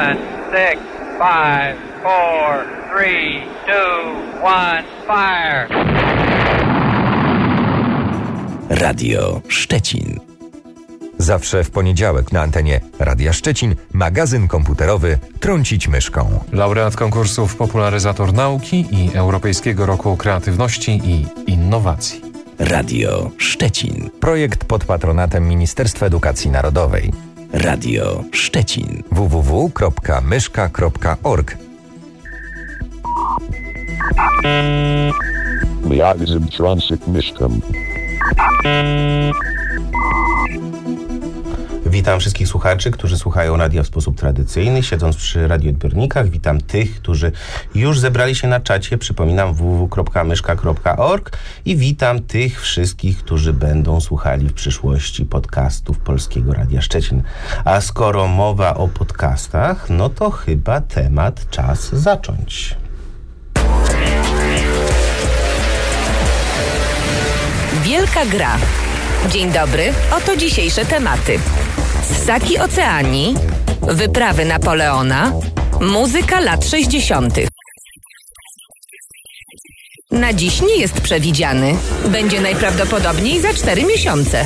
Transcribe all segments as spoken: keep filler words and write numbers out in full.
seven, six, five, four, three, two, one, fire! Radio Szczecin. Zawsze w poniedziałek na antenie Radia Szczecin magazyn komputerowy Trącić myszką. Laureat konkursów Popularyzator Nauki i Europejskiego Roku Kreatywności i Innowacji. Radio Szczecin. Projekt pod patronatem Ministerstwa Edukacji Narodowej. Radio Szczecin. w w w kropka myszka kropka org. Magazyn Trącić myszką. Witam wszystkich słuchaczy, którzy słuchają radia w sposób tradycyjny, siedząc przy radioodbiornikach. Witam tych, którzy już zebrali się na czacie. Przypominam w w w kropka myszka kropka org i witam tych wszystkich, którzy będą słuchali w przyszłości podcastów Polskiego Radia Szczecin. A skoro mowa o podcastach, no to chyba temat czas zacząć. Wielka gra. Dzień dobry, oto dzisiejsze tematy. Ssaki Oceanii, wyprawy Napoleona, muzyka lat sześćdziesiątych. Na dziś nie jest przewidziany. Będzie najprawdopodobniej za cztery miesiące.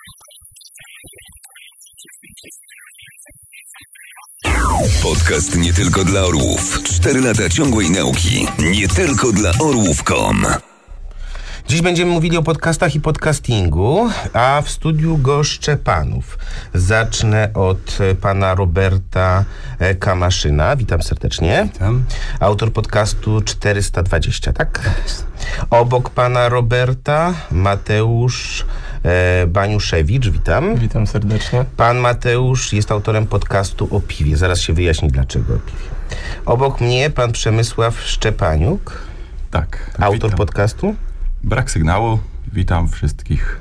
Podcast nie tylko dla orłów. Cztery lata ciągłej nauki. Nie tylko dla orłów kropka com. Dziś będziemy mówili o podcastach i podcastingu, a w studiu goszczę panów. Zacznę od pana Roberta Kamaszyna. Witam serdecznie. Witam. Autor podcastu czterysta dwadzieścia, tak? Obok pana Roberta Mateusz e, Baniuszewicz. Witam. Witam serdecznie. Pan Mateusz jest autorem podcastu o piwie. Zaraz się wyjaśni, dlaczego o piwie. Obok mnie pan Przemysław Szczepaniuk. Tak. Autor witam. podcastu? Brak sygnału. Witam wszystkich.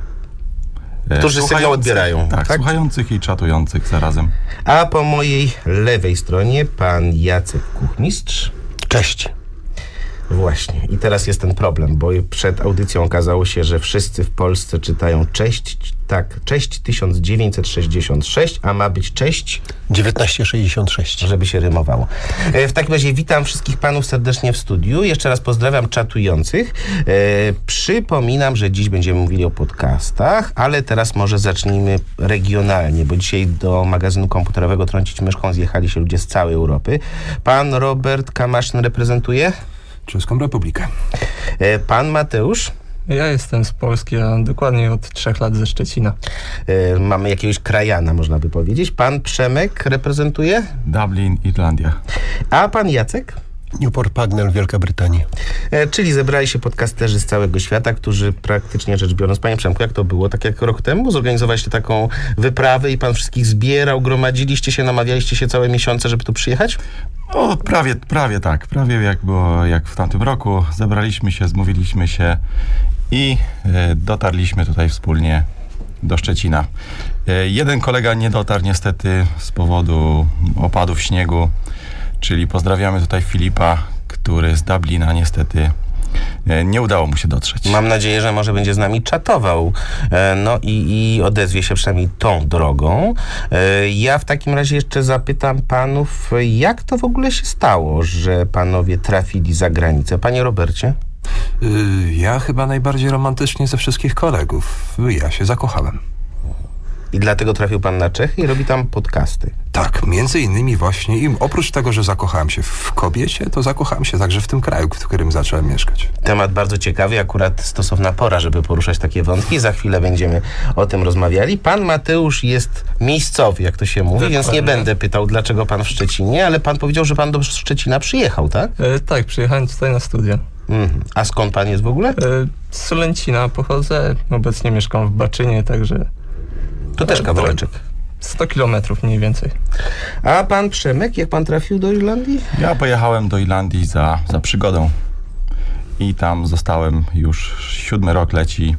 E, Którzy sygnał odbierają. Tak, tak, słuchających i czatujących zarazem. A po mojej lewej stronie pan Jacek Kuchmistrz. Cześć. Właśnie. I teraz jest ten problem, bo przed audycją okazało się, że wszyscy w Polsce czytają cześć, tak, cześć tysiąc dziewięćset sześćdziesiąt sześć, a ma być cześć dziewiętnaście sześćdziesiąt sześć. Żeby się rymowało. E, w takim razie witam wszystkich panów serdecznie w studiu. Jeszcze raz pozdrawiam czatujących. E, przypominam, że dziś będziemy mówili o podcastach, ale teraz może zacznijmy regionalnie, bo dzisiaj do magazynu komputerowego Trącić myszką zjechali się ludzie z całej Europy. Pan Robert Kamaszyn reprezentuje Czeską Republikę. E, pan Mateusz? Ja jestem z Polski, a dokładnie od trzech lat ze Szczecina. E, mamy jakiegoś krajana, można by powiedzieć. Pan Przemek reprezentuje? Dublin, Irlandia. A pan Jacek? Newport Pagnell, Wielka Brytania. E, czyli zebrali się podcasterzy z całego świata, którzy praktycznie rzecz biorąc... Panie Przemku, jak to było? Tak jak rok temu zorganizowaliście taką wyprawę i pan wszystkich zbierał, gromadziliście się, namawialiście się całe miesiące, żeby tu przyjechać? O, prawie, prawie tak. Prawie jak było jak w tamtym roku. Zebraliśmy się, zmówiliśmy się i e, dotarliśmy tutaj wspólnie do Szczecina. E, jeden kolega nie dotarł niestety z powodu opadów śniegu, czyli pozdrawiamy tutaj Filipa, który z Dublina niestety e, nie udało mu się dotrzeć. Mam nadzieję, że może będzie z nami czatował, e, no i, i odezwie się przynajmniej tą drogą. E, ja w takim razie jeszcze zapytam panów, jak to w ogóle się stało, że panowie trafili za granicę? Panie Robercie? Yy, ja chyba najbardziej romantycznie ze wszystkich kolegów. Ja się zakochałem. I dlatego trafił pan na Czechy i robi tam podcasty. Tak, między innymi właśnie i oprócz tego, że zakochałem się w kobiecie, to zakochałem się także w tym kraju, w którym zacząłem mieszkać. Temat bardzo ciekawy, akurat stosowna pora, żeby poruszać takie wątki. Za chwilę będziemy o tym rozmawiali. Pan Mateusz jest miejscowy, jak to się mówi, Dokładnie. Więc nie będę pytał, dlaczego pan w Szczecinie, ale pan powiedział, że pan do Szczecina przyjechał, tak? E, tak, przyjechałem tutaj na studia. Mhm. A skąd pan jest w ogóle? E, z Solęcina pochodzę, obecnie mieszkam w Baczynie, także... To też kawałeczek. sto kilometrów mniej więcej. A pan Przemek, jak pan trafił do Irlandii? Ja pojechałem do Irlandii za, za przygodą i tam zostałem już siódmy rok leci.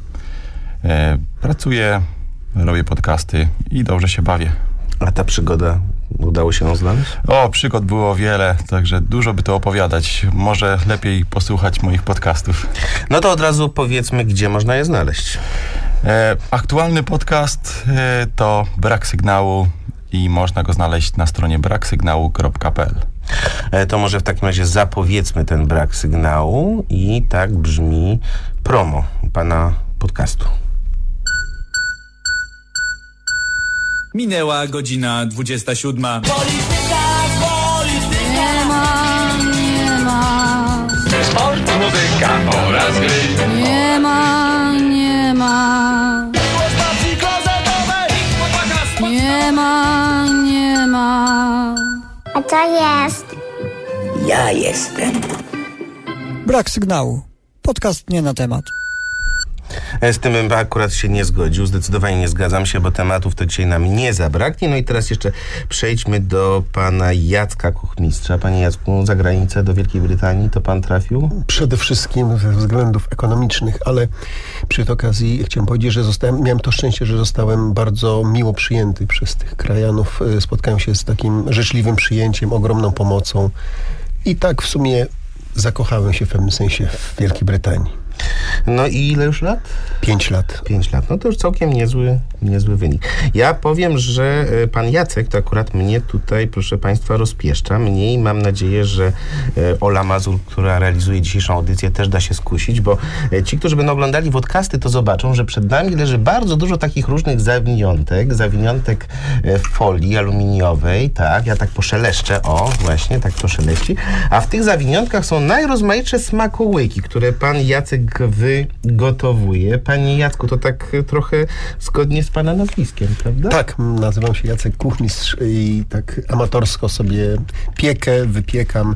E, pracuję, robię podcasty i dobrze się bawię. A ta przygoda, udało się ją znaleźć? O, przygód było wiele, także dużo by to opowiadać. Może lepiej posłuchać moich podcastów. No to od razu powiedzmy, gdzie można je znaleźć. E, aktualny podcast e, to Brak sygnału i można go znaleźć na stronie brak sygnału kropka p l. E, to może w takim razie zapowiedzmy ten brak sygnału i tak brzmi promo pana podcastu. Minęła godzina dwudziesta siódma. Polityka, polityka. Nie ma, nie ma. Sport, muzyka oraz gry. Nie ma, nie ma. Nie ma, nie ma. A co jest? Ja jestem. Brak sygnału. Podcast nie na temat. Z tym bym akurat się nie zgodził, zdecydowanie nie zgadzam się, bo tematów to dzisiaj nam nie zabraknie. No i teraz jeszcze przejdźmy do pana Jacka Kuchmistrza. Panie Jacku, za granicę do Wielkiej Brytanii to pan trafił? Przede wszystkim ze względów ekonomicznych, ale przy tej okazji chciałem powiedzieć, że zostałem, miałem to szczęście, że zostałem bardzo miło przyjęty przez tych krajanów. Spotkałem się z takim życzliwym przyjęciem, ogromną pomocą i tak w sumie zakochałem się w pewnym sensie w Wielkiej Brytanii. No i ile już lat? Pięć lat. Pięć lat. No to już całkiem niezły, niezły wynik. Ja powiem, że pan Jacek to akurat mnie tutaj, proszę państwa, rozpieszcza. Mnie i mam nadzieję, że Ola Mazur, która realizuje dzisiejszą audycję, też da się skusić, bo ci, którzy będą oglądali podcasty, to zobaczą, że przed nami leży bardzo dużo takich różnych zawiniątek, zawiniątek w folii aluminiowej, tak, ja tak poszeleszczę, o, właśnie, tak to szeleści, a w tych zawiniątkach są najrozmaitsze smakołyki, które pan Jacek wygotowuje. Panie Jacku, to tak trochę zgodnie z pana nazwiskiem, prawda? Tak, nazywam się Jacek Kuchmistrz i tak amatorsko sobie piekę, wypiekam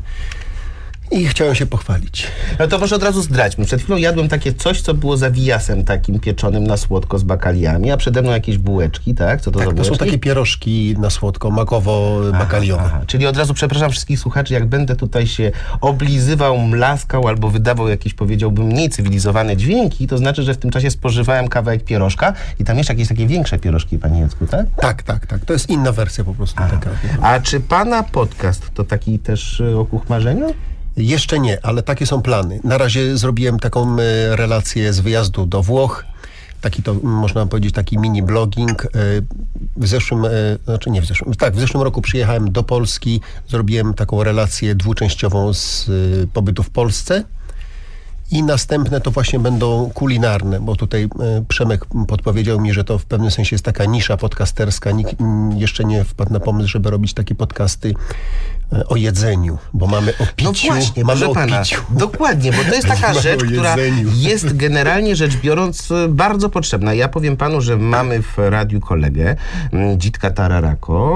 i chciałem się pochwalić. No to może od razu zdradźmy. Przed chwilą jadłem takie coś, co było zawijasem takim pieczonym na słodko z bakaliami, a przede mną jakieś bułeczki, tak? Co to tak, za bułeczki? To są takie pierożki na słodko, makowo-bakaliowe. Aha, czyli od razu przepraszam wszystkich słuchaczy, jak będę tutaj się oblizywał, mlaskał albo wydawał jakieś, powiedziałbym, mniej cywilizowane dźwięki, to znaczy, że w tym czasie spożywałem kawałek pierożka i tam jeszcze jakieś takie większe pierożki, panie Jacku, tak? Tak, tak, tak. To jest inna wersja po prostu. Taka. A czy pana podcast to taki też o kuchmarzeniu? Jeszcze nie, ale takie są plany. Na razie zrobiłem taką e, relację z wyjazdu do Włoch. Taki to, można powiedzieć, taki mini blogging. E, w zeszłym, e, znaczy nie w zeszłym, tak, w zeszłym roku przyjechałem do Polski. Zrobiłem taką relację dwuczęściową z e, pobytu w Polsce. I następne to właśnie będą kulinarne, bo tutaj e, Przemek podpowiedział mi, że to w pewnym sensie jest taka nisza podcasterska. Nikt m, jeszcze nie wpadł na pomysł, żeby robić takie podcasty e, o jedzeniu, bo mamy o piciu. No właśnie, mamy proszę o pana, piciu. Dokładnie, bo to jest taka rzecz, która jest generalnie rzecz biorąc bardzo potrzebna. Ja powiem panu, że mamy w radiu kolegę, m, Dzitka Tararako.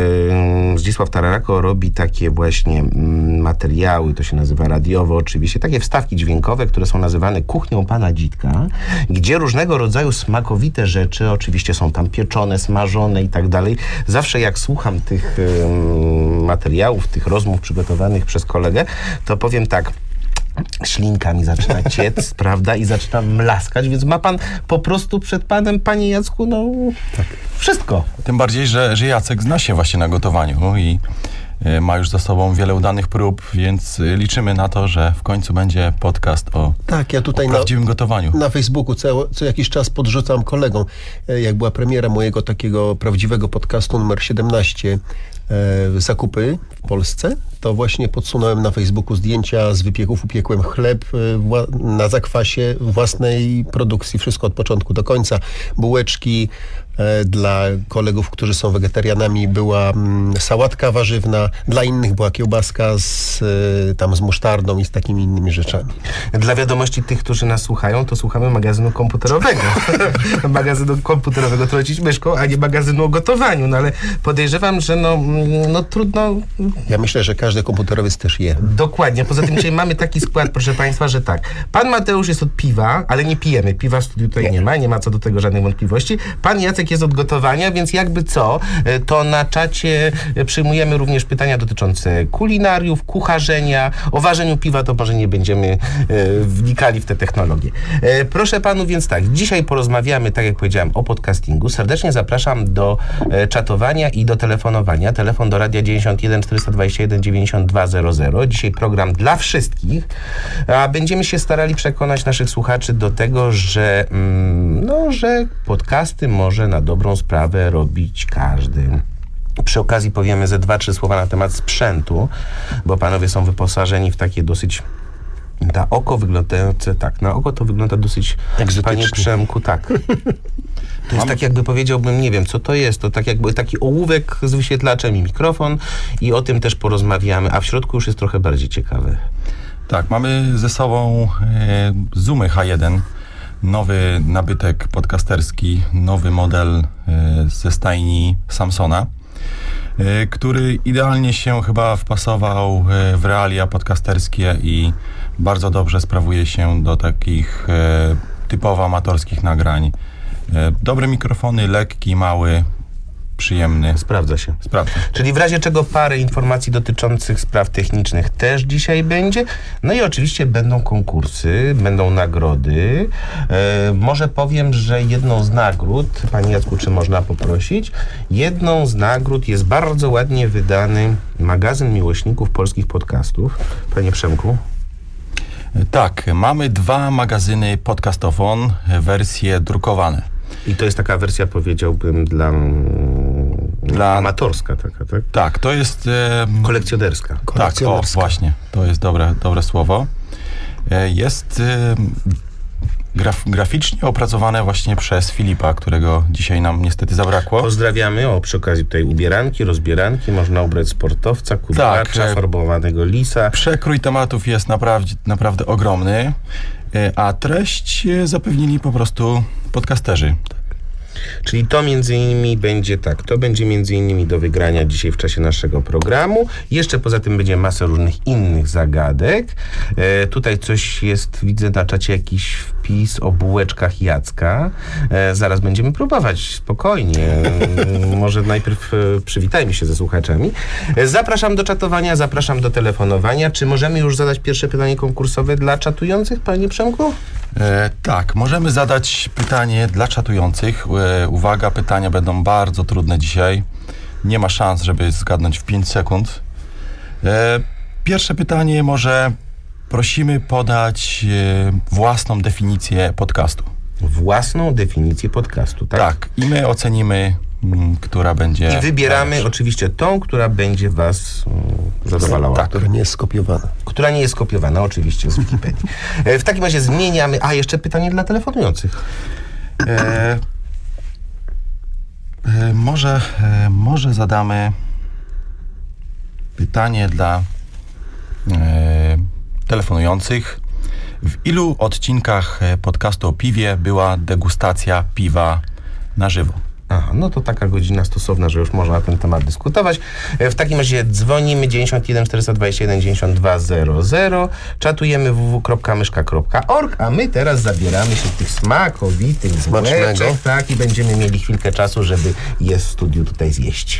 E, Zdzisław Tararako robi takie właśnie m, materiały, to się nazywa radiowo oczywiście, takie wstawki dźwiękowe, które są nazywane kuchnią pana Dzitka, gdzie różnego rodzaju smakowite rzeczy, oczywiście są tam pieczone, smażone i tak dalej. Zawsze jak słucham tych um, materiałów, tych rozmów przygotowanych przez kolegę, to powiem tak, ślinka mi zaczyna ciec, prawda, i zaczyna mlaskać, więc ma pan po prostu przed panem, panie Jacku, no tak, wszystko. Tym bardziej, że, że Jacek zna się właśnie na gotowaniu i ma już za sobą wiele udanych prób, więc liczymy na to, że w końcu będzie podcast o, tak, ja tutaj o prawdziwym na, gotowaniu. Na Facebooku co, co jakiś czas podrzucam kolegom, jak była premiera mojego takiego prawdziwego podcastu numer siedemnaście, e, zakupy w Polsce, to właśnie podsunąłem na Facebooku zdjęcia z wypieków, upiekłem chleb e, na zakwasie własnej produkcji, wszystko od początku do końca, bułeczki. Dla kolegów, którzy są wegetarianami, była sałatka warzywna, dla innych była kiełbaska z, tam z musztardą i z takimi innymi rzeczami. Dla wiadomości tych, którzy nas słuchają, to słuchamy magazynu komputerowego. magazynu komputerowego trącić myszką, a nie magazynu o gotowaniu, no ale podejrzewam, że no, no trudno... Ja myślę, że każdy komputerowiec też je. Dokładnie. Poza tym dzisiaj mamy taki skład, proszę państwa, że tak. Pan Mateusz jest od piwa, ale nie pijemy. Piwa w studiu tutaj nie, nie ma, nie ma co do tego żadnych wątpliwości. Pan Jacek jest od gotowania, więc jakby co, to na czacie przyjmujemy również pytania dotyczące kulinariów, kucharzenia. O ważeniu piwa to może nie będziemy e, wnikali w te technologie. E, proszę panu, więc tak, dzisiaj porozmawiamy, tak jak powiedziałem, o podcastingu. Serdecznie zapraszam do e, czatowania i do telefonowania. Telefon do radia dziewięćdziesiąt jeden czterysta dwadzieścia jeden dziewięćdziesiąt dwa zero zero. Dzisiaj program dla wszystkich, a będziemy się starali przekonać naszych słuchaczy do tego, że mm, no, że podcasty może na dobrą sprawę robić każdy. Przy okazji powiemy ze dwa, trzy słowa na temat sprzętu, bo panowie są wyposażeni w takie dosyć na oko wyglądające, tak, na oko to wygląda dosyć, panie Przemku, tak. To jest tak jakby powiedziałbym, nie wiem, co to jest, to tak jakby taki ołówek z wyświetlaczem i mikrofon i o tym też porozmawiamy, a w środku już jest trochę bardziej ciekawe. Tak, mamy ze sobą e, Zoomy H jeden, nowy nabytek podcasterski, nowy model e, ze stajni Samsona, e, który idealnie się chyba wpasował e, w realia podcasterskie i bardzo dobrze sprawuje się do takich e, typowo amatorskich nagrań. E, dobre mikrofony, lekki, mały, przyjemny. Sprawdza się. Sprawdza. Czyli w razie czego parę informacji dotyczących spraw technicznych też dzisiaj będzie. No i oczywiście będą konkursy, będą nagrody. E, może powiem, że jedną z nagród, panie Jacku, czy można poprosić? Jedną z nagród jest bardzo ładnie wydany magazyn miłośników polskich podcastów. Panie Przemku. Tak, mamy dwa magazyny Podcastofon, wersje drukowane. I to jest taka wersja, powiedziałbym, dla, dla amatorska taka, tak? Tak, to jest... E, kolekcjonerska. kolekcjonerska. Tak, o, właśnie, to jest dobre, dobre słowo. E, jest e, graf, graficznie opracowane właśnie przez Filipa, którego dzisiaj nam niestety zabrakło. Pozdrawiamy. O, przy okazji tutaj ubieranki, rozbieranki, można ubrać sportowca, kudłacza, tak, farbowanego lisa. Przekrój tematów jest naprawdę, naprawdę ogromny, e, a treść zapewnili po prostu podcasterzy. Czyli to między innymi będzie tak, to będzie między innymi do wygrania dzisiaj w czasie naszego programu. Jeszcze poza tym będzie masa różnych innych zagadek. E, tutaj coś jest, widzę na czacie jakiś wpis o bułeczkach Jacka. E, zaraz będziemy próbować, spokojnie. E, może najpierw e, przywitajmy się ze słuchaczami. E, zapraszam do czatowania, zapraszam do telefonowania. Czy możemy już zadać pierwsze pytanie konkursowe dla czatujących, panie Przemku? E, tak, możemy zadać pytanie dla czatujących. E, uwaga, pytania będą bardzo trudne dzisiaj. Nie ma szans, żeby zgadnąć w pięć sekund. E, pierwsze pytanie może prosimy podać e, własną definicję podcastu. Własną definicję podcastu, tak? Tak, i my ocenimy, m, która będzie... I wybieramy najlepsza. Oczywiście tą, która będzie was um, zadowalała. Tak, która nie jest skopiowana. Która nie jest skopiowana, oczywiście, z Wikipedii. E, w takim razie zmieniamy... A, jeszcze pytanie dla telefonujących. E, e, może, e, może zadamy pytanie dla e, telefonujących. W ilu odcinkach podcastu o piwie była degustacja piwa na żywo? Aha, no to taka godzina stosowna, że już można na ten temat dyskutować. W takim razie dzwonimy dziewięćdziesiąt jeden czterysta dwadzieścia jeden dziewięćdziesiąt dwa zero zero, czatujemy w w w kropka myszka kropka org, a my teraz zabieramy się tych smakowitych bułeczek, tak, i będziemy mieli chwilkę czasu, żeby je w studiu tutaj zjeść.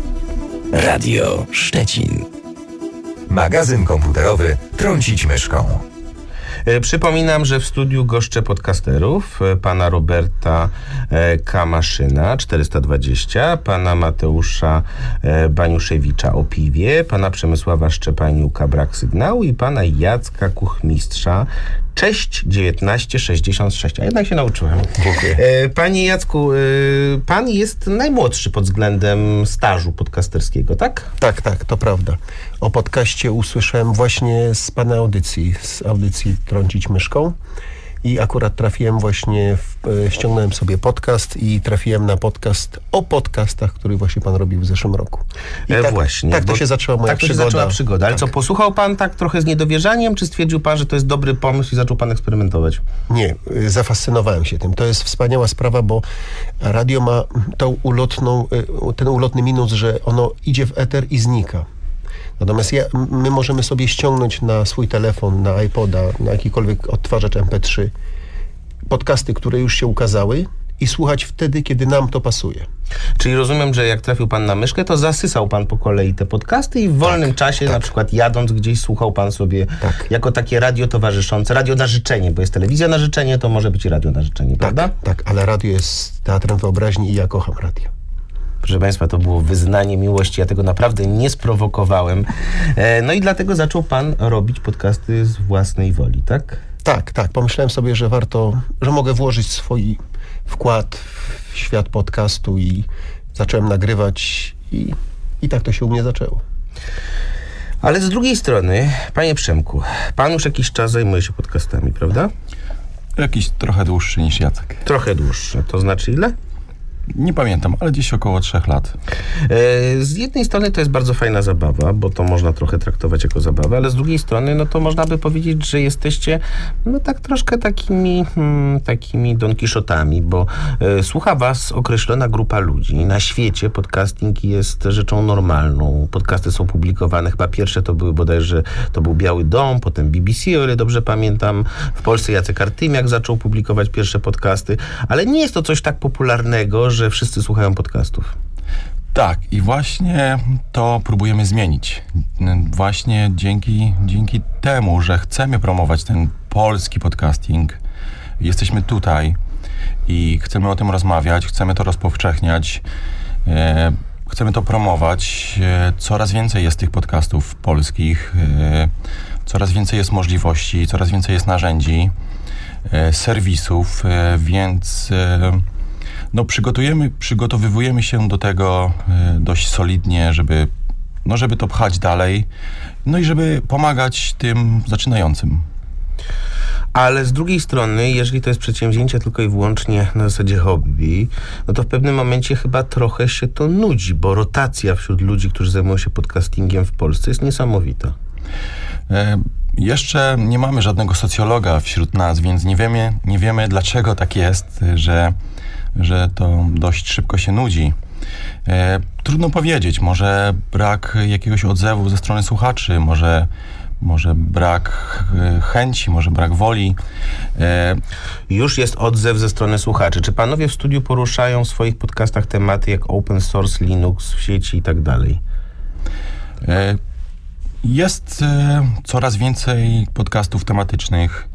Radio Szczecin. Magazyn komputerowy Trącić myszką. E, przypominam, że w studiu goszczę podcasterów, e, pana Roberta e, Kamaszyna czterysta dwadzieścia, pana Mateusza e, Baniuszewicza o piwie, pana Przemysława Szczepaniuka Brak Sygnału i pana Jacka Kuchmistrza Cześć dziewiętnaście sześćdziesiąt sześć. A jednak się nauczyłem. E, panie Jacku, e, pan jest najmłodszy pod względem stażu podcasterskiego, tak? Tak, tak, to prawda. O podcaście usłyszałem właśnie z pana audycji, z audycji Trącić myszką. I akurat trafiłem właśnie, w, e, ściągnąłem sobie podcast i trafiłem na podcast o podcastach, który właśnie pan robił w zeszłym roku. I e, tak, właśnie. Tak to się zaczęła moja tak przygoda. Tak to się zaczęła przygoda. Ale tak. co, posłuchał pan tak trochę z niedowierzaniem, czy stwierdził pan, że to jest dobry pomysł i zaczął pan eksperymentować? Nie, y, zafascynowałem się tym. To jest wspaniała sprawa, bo radio ma tą ulotną, y, ten ulotny minus, że ono idzie w eter i znika. Natomiast ja, my możemy sobie ściągnąć na swój telefon, na iPoda, na jakikolwiek odtwarzacz em pe trzy podcasty, które już się ukazały i słuchać wtedy, kiedy nam to pasuje. Czyli rozumiem, że jak trafił pan na myszkę, to zasysał pan po kolei te podcasty i w wolnym tak, czasie, tak. na przykład jadąc gdzieś, słuchał pan sobie tak. jako takie radio towarzyszące, radio na życzenie, bo jest telewizja na życzenie, to może być i radio na życzenie, tak, prawda? Tak, ale radio jest teatrem wyobraźni i ja kocham radio. Proszę państwa, to było wyznanie miłości. Ja tego naprawdę nie sprowokowałem. E, no i dlatego zaczął pan robić podcasty z własnej woli, tak? Tak, tak. Pomyślałem sobie, że warto, że mogę włożyć swój wkład w świat podcastu i zacząłem nagrywać I, i tak to się u mnie zaczęło. Ale z drugiej strony, panie Przemku, pan już jakiś czas zajmuje się podcastami, prawda? Jakiś trochę dłuższy niż Jacek. Trochę dłuższy. To znaczy ile? Nie pamiętam, ale gdzieś około trzech lat. E, z jednej strony to jest bardzo fajna zabawa, bo to można trochę traktować jako zabawę, ale z drugiej strony, no to można by powiedzieć, że jesteście no tak troszkę takimi hmm, takimi Don Kiszotami, bo e, słucha was określona grupa ludzi. Na świecie podcasting jest rzeczą normalną. Podcasty są publikowane, chyba pierwsze to były bodajże, to był Biały Dom, potem B B C, o ile dobrze pamiętam. W Polsce Jacek Artymiak zaczął publikować pierwsze podcasty, ale nie jest to coś tak popularnego, że wszyscy słuchają podcastów. Tak, i właśnie to próbujemy zmienić. Właśnie dzięki, dzięki temu, że chcemy promować ten polski podcasting, jesteśmy tutaj i chcemy o tym rozmawiać, chcemy to rozpowszechniać, e, chcemy to promować. E, coraz więcej jest tych podcastów polskich, e, coraz więcej jest możliwości, coraz więcej jest narzędzi, e, serwisów, e, więc e, no przygotujemy, przygotowywujemy się do tego e, dość solidnie, żeby, no żeby to pchać dalej, no i żeby pomagać tym zaczynającym. Ale z drugiej strony, jeżeli to jest przedsięwzięcie tylko i wyłącznie na zasadzie hobby, no to w pewnym momencie chyba trochę się to nudzi, bo rotacja wśród ludzi, którzy zajmują się podcastingiem w Polsce jest niesamowita. E, jeszcze nie mamy żadnego socjologa wśród nas, więc nie wiemy, nie wiemy dlaczego tak jest, że że to dość szybko się nudzi. E, trudno powiedzieć, może brak jakiegoś odzewu ze strony słuchaczy, może, może brak e, chęci, może brak woli. E, Już jest odzew ze strony słuchaczy. Czy panowie w studiu poruszają w swoich podcastach tematy jak open source, Linux w sieci i tak dalej? E, jest e, coraz więcej podcastów tematycznych.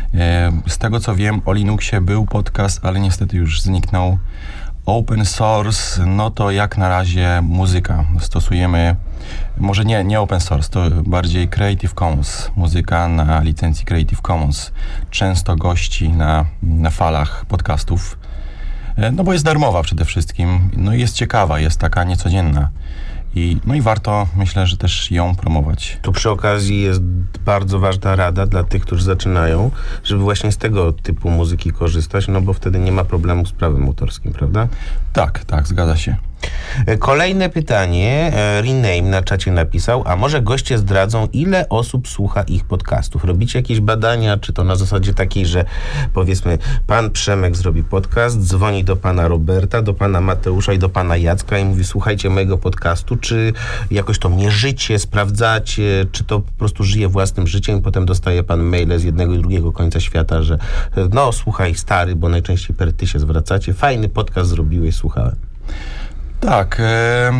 Z tego co wiem, o Linuxie był podcast, ale niestety już zniknął. Open source, no to jak na razie muzyka. Stosujemy, może nie, nie open source, to bardziej Creative Commons. Muzyka na licencji Creative Commons. Często gości na, na falach podcastów. No bo jest darmowa przede wszystkim. No i jest ciekawa, jest taka niecodzienna. I, no i warto, myślę, że też ją promować. Tu przy okazji jest bardzo ważna rada dla tych, którzy zaczynają, żeby właśnie z tego typu muzyki korzystać, no bo wtedy nie ma problemu z prawem autorskim, prawda? Tak, tak, zgadza się. Kolejne pytanie. Rename na czacie napisał, a może goście zdradzą, ile osób słucha ich podcastów? Robicie jakieś badania, czy to na zasadzie takiej, że powiedzmy pan Przemek zrobi podcast, dzwoni do pana Roberta, do pana Mateusza i do pana Jacka i mówi, słuchajcie mojego podcastu, czy jakoś to mierzycie, sprawdzacie, czy to po prostu żyje własnym życiem i potem dostaje pan maile z jednego i drugiego końca świata, że no słuchaj stary, bo najczęściej per ty się zwracacie, fajny podcast zrobiłeś, słuchałem. Tak. E,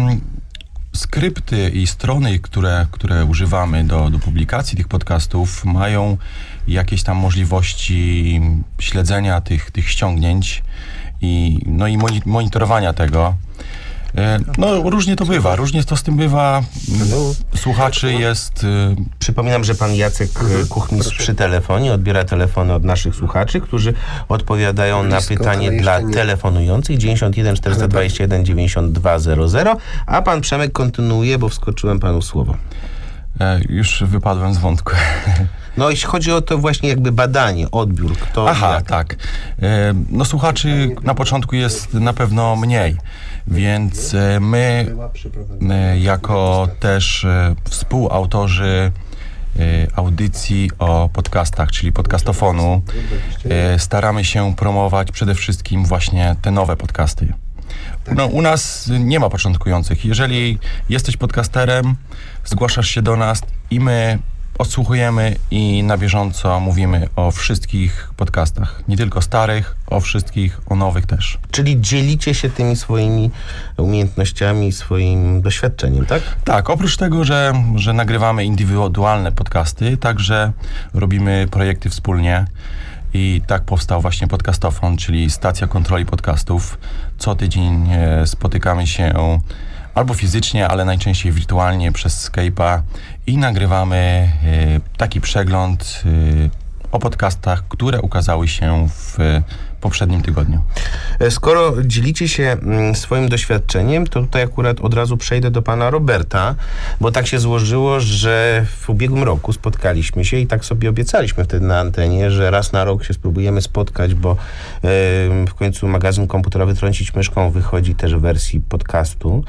skrypty i strony, które, które używamy do, do publikacji tych podcastów, mają jakieś tam możliwości śledzenia tych, tych ściągnięć i, no i monitorowania tego. E, no różnie to bywa, różnie to z tym bywa. Słuchaczy jest... E, Przypominam, że pan Jacek Kuchmistrz przy telefonie odbiera telefony od naszych słuchaczy, którzy odpowiadają na pytanie dla telefonujących dziewięćdziesiąt jeden czterysta dwadzieścia jeden dziewięćdziesiąt dwa zero zero, a pan Przemek kontynuuje, bo wskoczyłem panu w słowo. E, już wypadłem z wątku. No jeśli chodzi o to właśnie jakby badanie, odbiór, kto... Aha, jak? tak. E, no słuchaczy na początku jest na pewno mniej, więc e, my e, jako też e, współautorzy e, audycji o podcastach, czyli podcastofonu, e, staramy się promować przede wszystkim właśnie te nowe podcasty. No, u nas nie ma początkujących. Jeżeli jesteś podcasterem, zgłaszasz się do nas i my odsłuchujemy i na bieżąco mówimy o wszystkich podcastach. Nie tylko starych, o wszystkich, o nowych też. Czyli dzielicie się tymi swoimi umiejętnościami, swoim doświadczeniem, tak? Tak, oprócz tego, że, że nagrywamy indywidualne podcasty, także robimy projekty wspólnie. I tak powstał właśnie Podcastofon, czyli stacja kontroli podcastów. Co tydzień e, spotykamy się albo fizycznie, ale najczęściej wirtualnie przez Skype'a i nagrywamy e, taki przegląd e, o podcastach, które ukazały się w poprzednim tygodniu. Skoro dzielicie się swoim doświadczeniem, to tutaj akurat od razu przejdę do pana Roberta, bo tak się złożyło, że w ubiegłym roku spotkaliśmy się i tak sobie obiecaliśmy wtedy na antenie, że raz na rok się spróbujemy spotkać, bo w końcu magazyn komputerowy Trącić Myszką wychodzi też w wersji podcastu,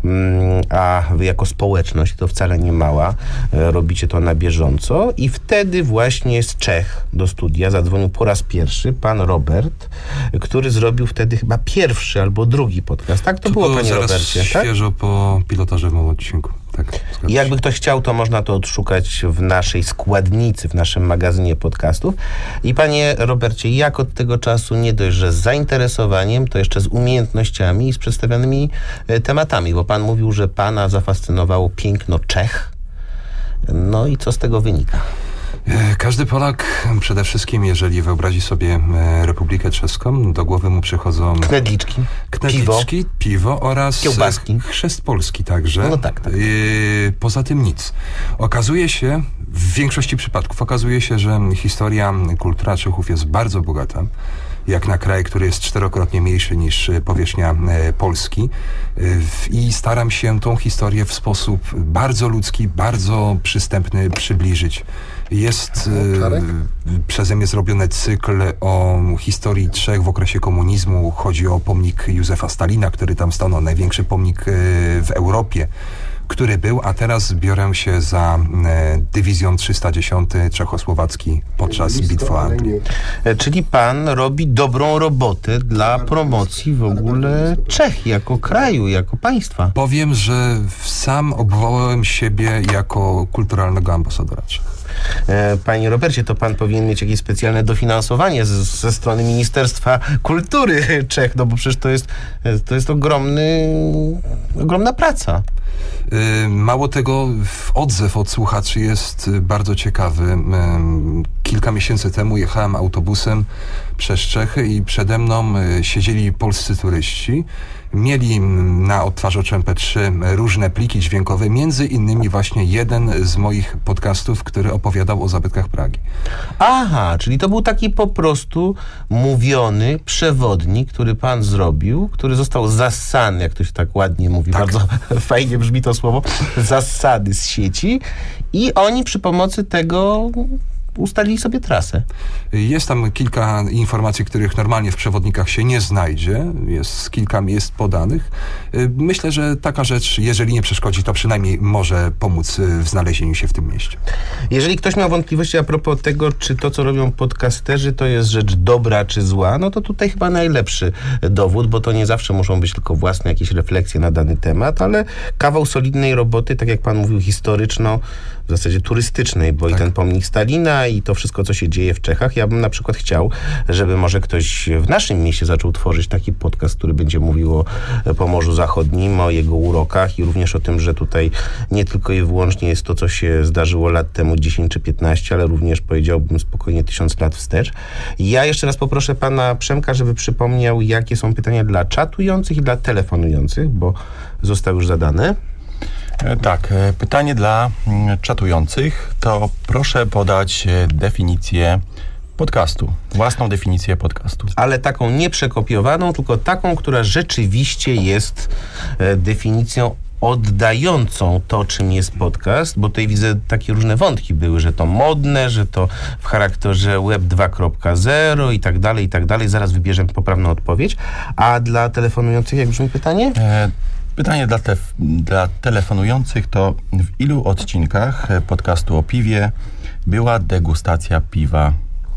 a wy jako społeczność, to wcale nie mała, robicie to na bieżąco i wtedy właśnie z Czech do studia zadzwonił po raz pierwszy pan Robert, który zrobił wtedy chyba pierwszy albo drugi podcast. Tak to, to było, było, panie Robercie? Świeżo tak? Po pilotażowym odcinku. Tak, I jakby ktoś chciał, to można to odszukać w naszej składnicy, w naszym magazynie podcastów. I panie Robercie, jak od tego czasu nie dość, że z zainteresowaniem, to jeszcze z umiejętnościami i z przedstawionymi tematami, bo pan mówił, że pana zafascynowało piękno Czech. No i co z tego wynika? Każdy Polak, przede wszystkim, jeżeli wyobrazi sobie Republikę Czeską, do głowy mu przychodzą knedliczki, knedliczki piwo, piwo oraz kiełbaski. Chrzest Polski także. No tak, tak. Poza tym nic. Okazuje się, w większości przypadków, okazuje się, że historia, kultura Czechów jest bardzo bogata. Jak na kraj, który jest czterokrotnie mniejszy niż powierzchnia Polski. I staram się tą historię w sposób bardzo ludzki, bardzo przystępny przybliżyć. Jest e, przeze mnie zrobiony cykl o historii Czech w okresie komunizmu. Chodzi o pomnik Józefa Stalina, który tam stanął, największy pomnik e, w Europie, który był, a teraz biorę się za e, dywizjon trzysta dziesięć czechosłowacki podczas bitwy o Anglię. E, czyli pan robi dobrą robotę dla promocji w ogóle Czech jako kraju, jako państwa. Powiem, że sam obwołałem siebie jako kulturalnego ambasadora Czech. E, panie Robercie, to pan powinien mieć jakieś specjalne dofinansowanie z, ze strony Ministerstwa Kultury Czech, no bo przecież to jest, to jest ogromny, ogromna praca. Mało tego, odzew od słuchaczy jest bardzo ciekawy. Kilka miesięcy temu jechałem autobusem przez Czechy i przede mną siedzieli polscy turyści. Mieli na odtwarzaczu em pe trzy różne pliki dźwiękowe, między innymi właśnie jeden z moich podcastów, który opowiadał o zabytkach Pragi. Aha, czyli to był taki po prostu mówiony przewodnik, który pan zrobił, który został zassany, jak to się tak ładnie mówi, tak. Bardzo fajnie brzmi to słowo, zassany z sieci i oni przy pomocy tego ustalili sobie trasę. Jest tam kilka informacji, których normalnie w przewodnikach się nie znajdzie. Jest kilka miejsc podanych. Myślę, że taka rzecz, jeżeli nie przeszkodzi, to przynajmniej może pomóc w znalezieniu się w tym mieście. Jeżeli ktoś miał wątpliwości a propos tego, czy to, co robią podcasterzy, to jest rzecz dobra czy zła, no to tutaj chyba najlepszy dowód, bo to nie zawsze muszą być tylko własne jakieś refleksje na dany temat, ale kawał solidnej roboty, tak jak pan mówił, historyczno, w zasadzie turystycznej, bo tak. I ten pomnik Stalina i to wszystko, co się dzieje w Czechach. Ja bym na przykład chciał, żeby może ktoś w naszym mieście zaczął tworzyć taki podcast, który będzie mówił o Pomorzu Zachodnim, o jego urokach i również o tym, że tutaj nie tylko i wyłącznie jest to, co się zdarzyło lat temu dziesięć czy piętnaście, ale również powiedziałbym spokojnie tysiąc lat wstecz. Ja jeszcze raz poproszę pana Przemka, żeby przypomniał, jakie są pytania dla czatujących i dla telefonujących, bo zostały już zadane. Tak, pytanie dla czatujących to proszę podać definicję podcastu, własną definicję podcastu. Ale taką nie przekopiowaną, tylko taką, która rzeczywiście jest definicją oddającą to, czym jest podcast, bo tutaj widzę takie różne wątki były, że to modne, że to w charakterze web dwa kropka zero i tak dalej, i tak dalej. Zaraz wybierzemy poprawną odpowiedź. A dla telefonujących jak brzmi pytanie? E- Pytanie dla, te, dla telefonujących to w ilu odcinkach podcastu o piwie była degustacja piwa?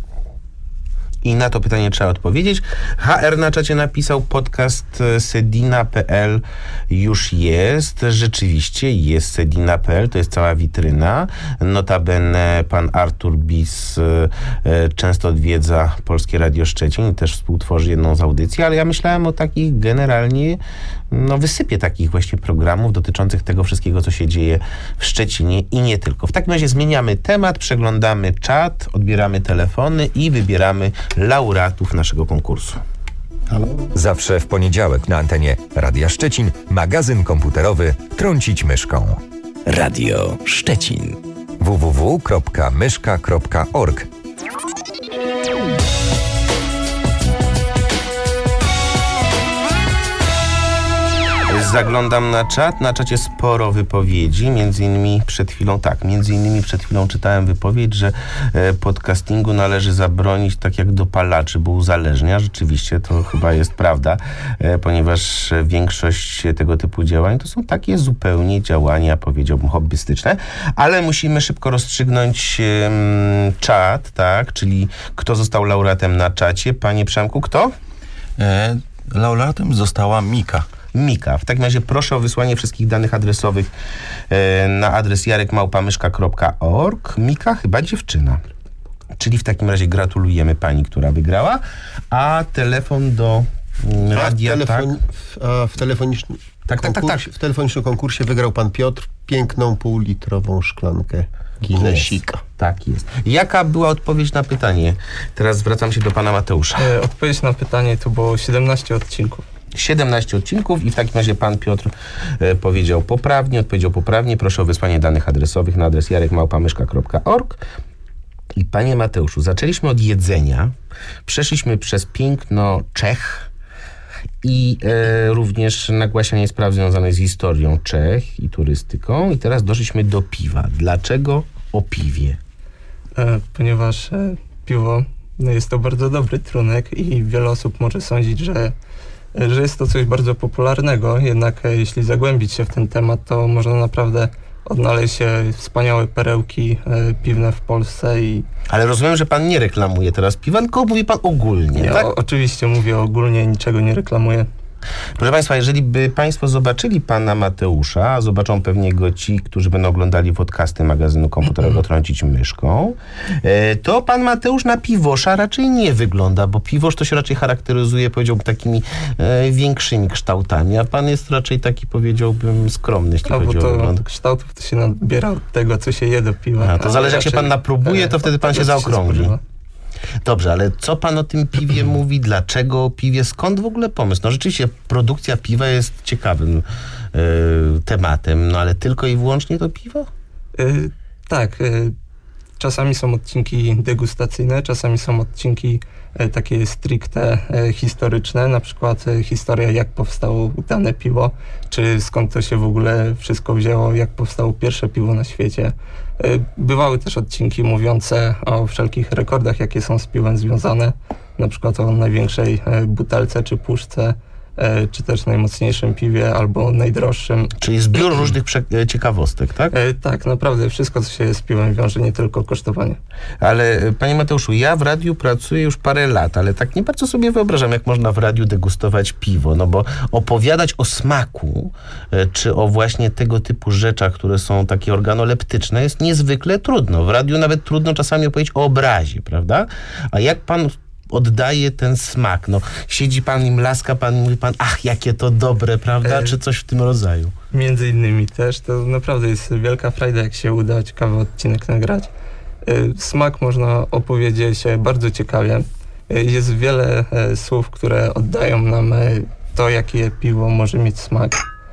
I na to pytanie trzeba odpowiedzieć. H R na czacie napisał, podcast sedina kropka p l już jest. Rzeczywiście jest sedina kropka p l, to jest cała witryna. Notabene pan Artur Bis e, często odwiedza Polskie Radio Szczecin i też współtworzy jedną z audycji, ale ja myślałem o takich generalnie no wysypie takich właśnie programów dotyczących tego wszystkiego, co się dzieje w Szczecinie i nie tylko. W takim razie zmieniamy temat, przeglądamy czat, odbieramy telefony i wybieramy laureatów naszego konkursu. Halo? Zawsze w poniedziałek na antenie Radia Szczecin magazyn komputerowy Trącić Myszką. Radio Szczecin. w w w kropka myszka kropka org Zaglądam na czat. Na czacie sporo wypowiedzi. Między innymi przed chwilą, tak, między innymi przed chwilą czytałem wypowiedź, że e, podcastingu należy zabronić tak jak dopalaczy, bo uzależnia. Rzeczywiście to chyba jest prawda, e, ponieważ większość tego typu działań to są takie zupełnie działania, powiedziałbym, hobbystyczne, ale musimy szybko rozstrzygnąć e, czat, tak, czyli kto został laureatem na czacie. Panie Przemku, kto? E, laureatem została Mika. Mika. W takim razie proszę o wysłanie wszystkich danych adresowych e, na adres jarek małpa myszka kropka org. Mika chyba dziewczyna. Czyli w takim razie gratulujemy pani, która wygrała. A telefon do mm, radia, a w, telefon, tak? w, a w telefonicznym tak, tak, tak, tak. W telefonicznym konkursie wygrał pan Piotr piękną półlitrową szklankę Guinnessika. Tak jest. Jaka była odpowiedź na pytanie? Teraz zwracam się do pana Mateusza. E, odpowiedź na pytanie to było siedemnaście odcinków. siedemnaście odcinków i w takim razie pan Piotr e, powiedział poprawnie, odpowiedział poprawnie. Proszę o wysłanie danych adresowych na adres jarek małpa myszka kropka org. I panie Mateuszu, zaczęliśmy od jedzenia, przeszliśmy przez piękno Czech i e, również nagłaśnianie spraw związanych z historią Czech i turystyką i teraz doszliśmy do piwa. Dlaczego o piwie? E, ponieważ e, piwo no jest to bardzo dobry trunek i wiele osób może sądzić, że że jest to coś bardzo popularnego, jednak e, jeśli zagłębić się w ten temat, to można naprawdę odnaleźć e, wspaniałe perełki e, piwne w Polsce i... Ale rozumiem, że pan nie reklamuje teraz piwa, tylko mówi pan ogólnie, ja, tak? O, oczywiście mówię ogólnie, niczego nie reklamuję. Proszę państwa, jeżeli by państwo zobaczyli pana Mateusza, a zobaczą pewnie go ci, którzy będą oglądali podcasty magazynu komputerowego Trącić Myszką, to pan Mateusz na piwosza raczej nie wygląda, bo piwosz to się raczej charakteryzuje, powiedziałbym, takimi e, większymi kształtami, a pan jest raczej taki, powiedziałbym, skromny, jeśli no, chodzi bo to o wygląd. Kształtów to się nabiera od tego, co się je do piwa. A, to zależy, jak się pan napróbuje, to wtedy pan się zaokrągli. Dobrze, ale co pan o tym piwie mówi? Dlaczego o piwie? Skąd w ogóle pomysł? No rzeczywiście produkcja piwa jest ciekawym y, tematem, no ale tylko i wyłącznie to piwo? Y, tak. Y, czasami są odcinki degustacyjne, czasami są odcinki y, takie stricte y, historyczne, na przykład y, historia, jak powstało dane piwo, czy skąd to się w ogóle wszystko wzięło, jak powstało pierwsze piwo na świecie. Bywały też odcinki mówiące o wszelkich rekordach, jakie są z piwem związane, na przykład o największej butelce czy puszce, czy też najmocniejszym piwie albo najdroższym. Czyli zbiór różnych prze- ciekawostek, tak? E, tak, naprawdę wszystko, co się z piwem wiąże, nie tylko kosztowanie. Ale panie Mateuszu, ja w radiu pracuję już parę lat, ale tak nie bardzo sobie wyobrażam, jak można w radiu degustować piwo, no bo opowiadać o smaku, e, czy o właśnie tego typu rzeczach, które są takie organoleptyczne, jest niezwykle trudno. W radiu nawet trudno czasami opowiedzieć o obrazie, prawda? A jak pan oddaje ten smak? No, siedzi pan i mlaska pan i mówi pan, ach, jakie to dobre, prawda? E, Czy coś w tym rodzaju? Między innymi też. To naprawdę jest wielka frajda, jak się uda ciekawy odcinek nagrać. E, smak można opowiedzieć bardzo ciekawie. E, jest wiele e, słów, które oddają nam e, to, jakie piwo może mieć smak.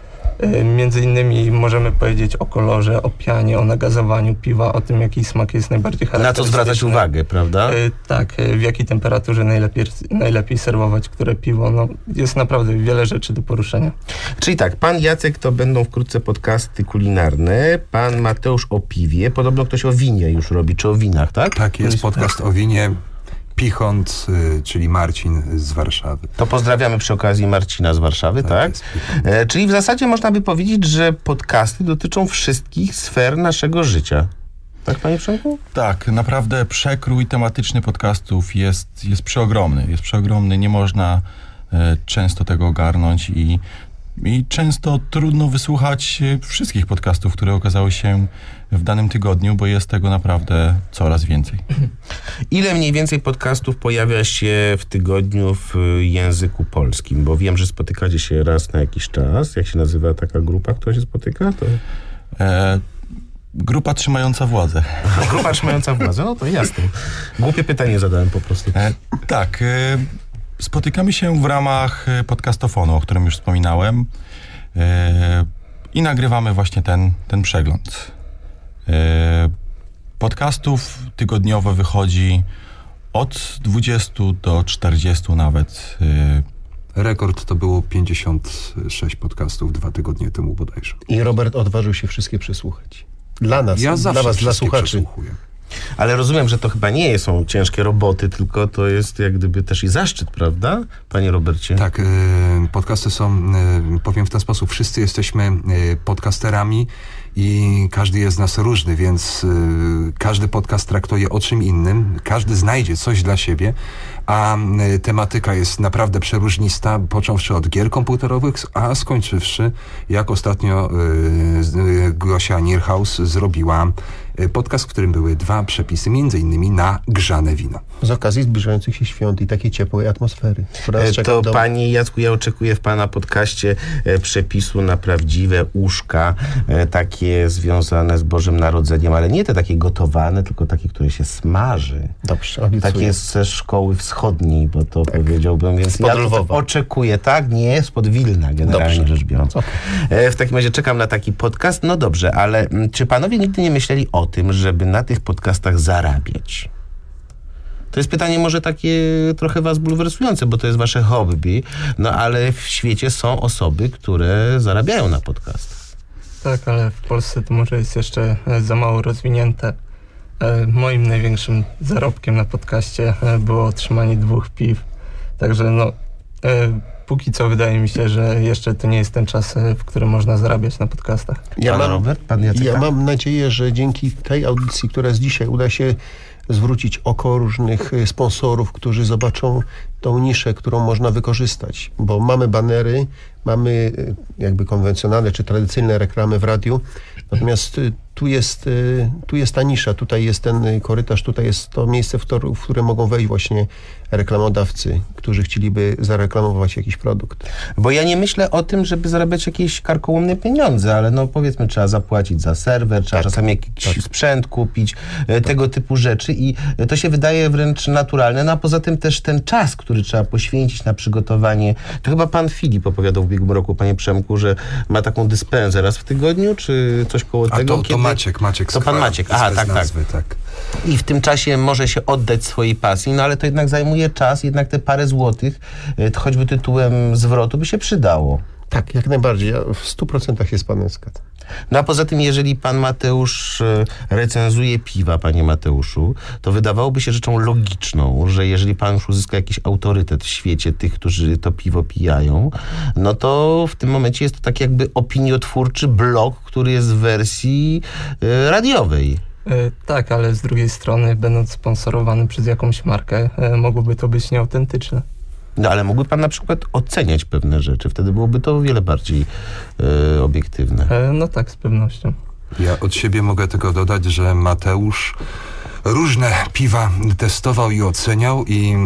Między innymi możemy powiedzieć o kolorze, o pianie, o nagazowaniu piwa, o tym, jaki smak jest najbardziej charakterystyczny. Na co zwracać uwagę, prawda? Tak, w jakiej temperaturze najlepiej, najlepiej serwować które piwo. No, jest naprawdę wiele rzeczy do poruszenia. Czyli tak, pan Jacek to będą wkrótce podcasty kulinarne, pan Mateusz o piwie, podobno ktoś o winie już robi, czy o winach, tak? Tak, jest podcast o winie. Pichont, y, czyli Marcin z Warszawy. To pozdrawiamy przy okazji Marcina z Warszawy, tak? tak? E, czyli w zasadzie można by powiedzieć, że podcasty dotyczą wszystkich sfer naszego życia. Tak, panie Przemku? Tak, naprawdę przekrój tematyczny podcastów jest, jest przeogromny. Jest przeogromny, nie można e, często tego ogarnąć i, i często trudno wysłuchać wszystkich podcastów, które okazały się w danym tygodniu, bo jest tego naprawdę coraz więcej. Ile mniej więcej podcastów pojawia się w tygodniu w języku polskim? Bo wiem, że spotykacie się raz na jakiś czas. Jak się nazywa taka grupa, która się spotyka? To... E, grupa trzymająca władzę. A, grupa trzymająca władzę? No to jasne. Głupie pytanie zadałem po prostu. E, tak. E, spotykamy się w ramach podcastofonu, o którym już wspominałem. E, I nagrywamy właśnie ten, ten przegląd. Podcastów tygodniowo wychodzi od dwudziestu do czterdziestu nawet Rekord to było pięćdziesiąt sześć podcastów dwa tygodnie temu bodajże. I Robert odważył się wszystkie przesłuchać. Dla nas, Ja dla zawsze was, dla wszystkie słuchaczy. przesłuchuję. Ale rozumiem, że to chyba nie są ciężkie roboty, tylko to jest jak gdyby też i zaszczyt, prawda, panie Robercie? Tak, y, podcasty są, y, powiem w ten sposób, wszyscy jesteśmy y, podcasterami i każdy jest z nas różny, więc y, każdy podcast traktuje o czym innym, każdy znajdzie coś dla siebie, a y, tematyka jest naprawdę przeróżnista, począwszy od gier komputerowych, a skończywszy, jak ostatnio y, y, Gosia Nierhaus zrobiła y, podcast, w którym były dwa przepisy, między innymi na grzane wino. Z okazji zbliżających się świąt i takiej ciepłej atmosfery. która nas E, czeka To w domu. panie Jacku, ja oczekuję w pana podcaście e, przepisu na prawdziwe uszka, e, takie związane z Bożym Narodzeniem, ale nie te takie gotowane, tylko takie, które się smaży. Dobrze, obiecuję. Takie ze szkoły wschodniej, bo to powiedziałbym, więc Spod ja to Lwowa. oczekuję, tak? Nie, spod Wilna generalnie Dobrze. rzecz biorąc. E, w takim razie czekam na taki podcast. No dobrze, ale m, czy panowie nigdy nie myśleli o tym, żeby na tych podcastach zarabiać? To jest pytanie może takie trochę was bulwersujące, bo to jest wasze hobby, no ale w świecie są osoby, które zarabiają na podcastach. Tak, ale w Polsce to może jest jeszcze e, za mało rozwinięte. E, Moim największym zarobkiem na podcaście e, było otrzymanie dwóch piw. Także no, e, póki co wydaje mi się, że jeszcze to nie jest ten czas, e, w którym można zarabiać na podcastach. Ja Pan mam, Robert, pan Jacek? ja mam nadzieję, że dzięki tej audycji, która jest dzisiaj, uda się zwrócić oko różnych y, sponsorów, którzy zobaczą tą niszę, którą można wykorzystać. Bo mamy banery, mamy y, jakby konwencjonalne czy tradycyjne reklamy w radiu, natomiast y, tu jest, y, tu jest ta nisza, tutaj jest ten y, korytarz, tutaj jest to miejsce, w, któr- w które mogą wejść właśnie reklamodawcy, którzy chcieliby zareklamować jakiś produkt. Bo ja nie myślę o tym, żeby zarabiać jakieś karkołomne pieniądze, ale no powiedzmy, trzeba zapłacić za serwer, trzeba Tak, czasami jakiś tak. sprzęt kupić, e, tego typu rzeczy i e, to się wydaje wręcz naturalne, no a poza tym też ten czas, który trzeba poświęcić na przygotowanie. To chyba pan Filip opowiadał w ubiegłym roku, panie Przemku, że ma taką dyspensę raz w tygodniu, czy coś koło A tego? to, to Maciek, Maciek To pan Skwa, Maciek, bez aha, tak, tak. nazwy, tak. I w tym czasie może się oddać swojej pasji, no ale to jednak zajmuje czas, jednak te parę złotych, e, to choćby tytułem zwrotu by się przydało. Tak, jak najbardziej. Ja w stu procentach jest panem zgadzam. No a poza tym, jeżeli pan Mateusz e, recenzuje piwa, panie Mateuszu, to wydawałoby się rzeczą logiczną, że jeżeli pan już uzyska jakiś autorytet w świecie tych, którzy to piwo pijają, no to w tym momencie jest to tak jakby opiniotwórczy blog, który jest w wersji e, radiowej. E, Tak, ale z drugiej strony, będąc sponsorowany przez jakąś markę, e, mogłoby to być nieautentyczne. No ale mógłby pan na przykład oceniać pewne rzeczy, wtedy byłoby to o wiele bardziej e, obiektywne. E, No tak, z pewnością. Ja od siebie mogę tylko dodać, że Mateusz różne piwa testował i oceniał i e,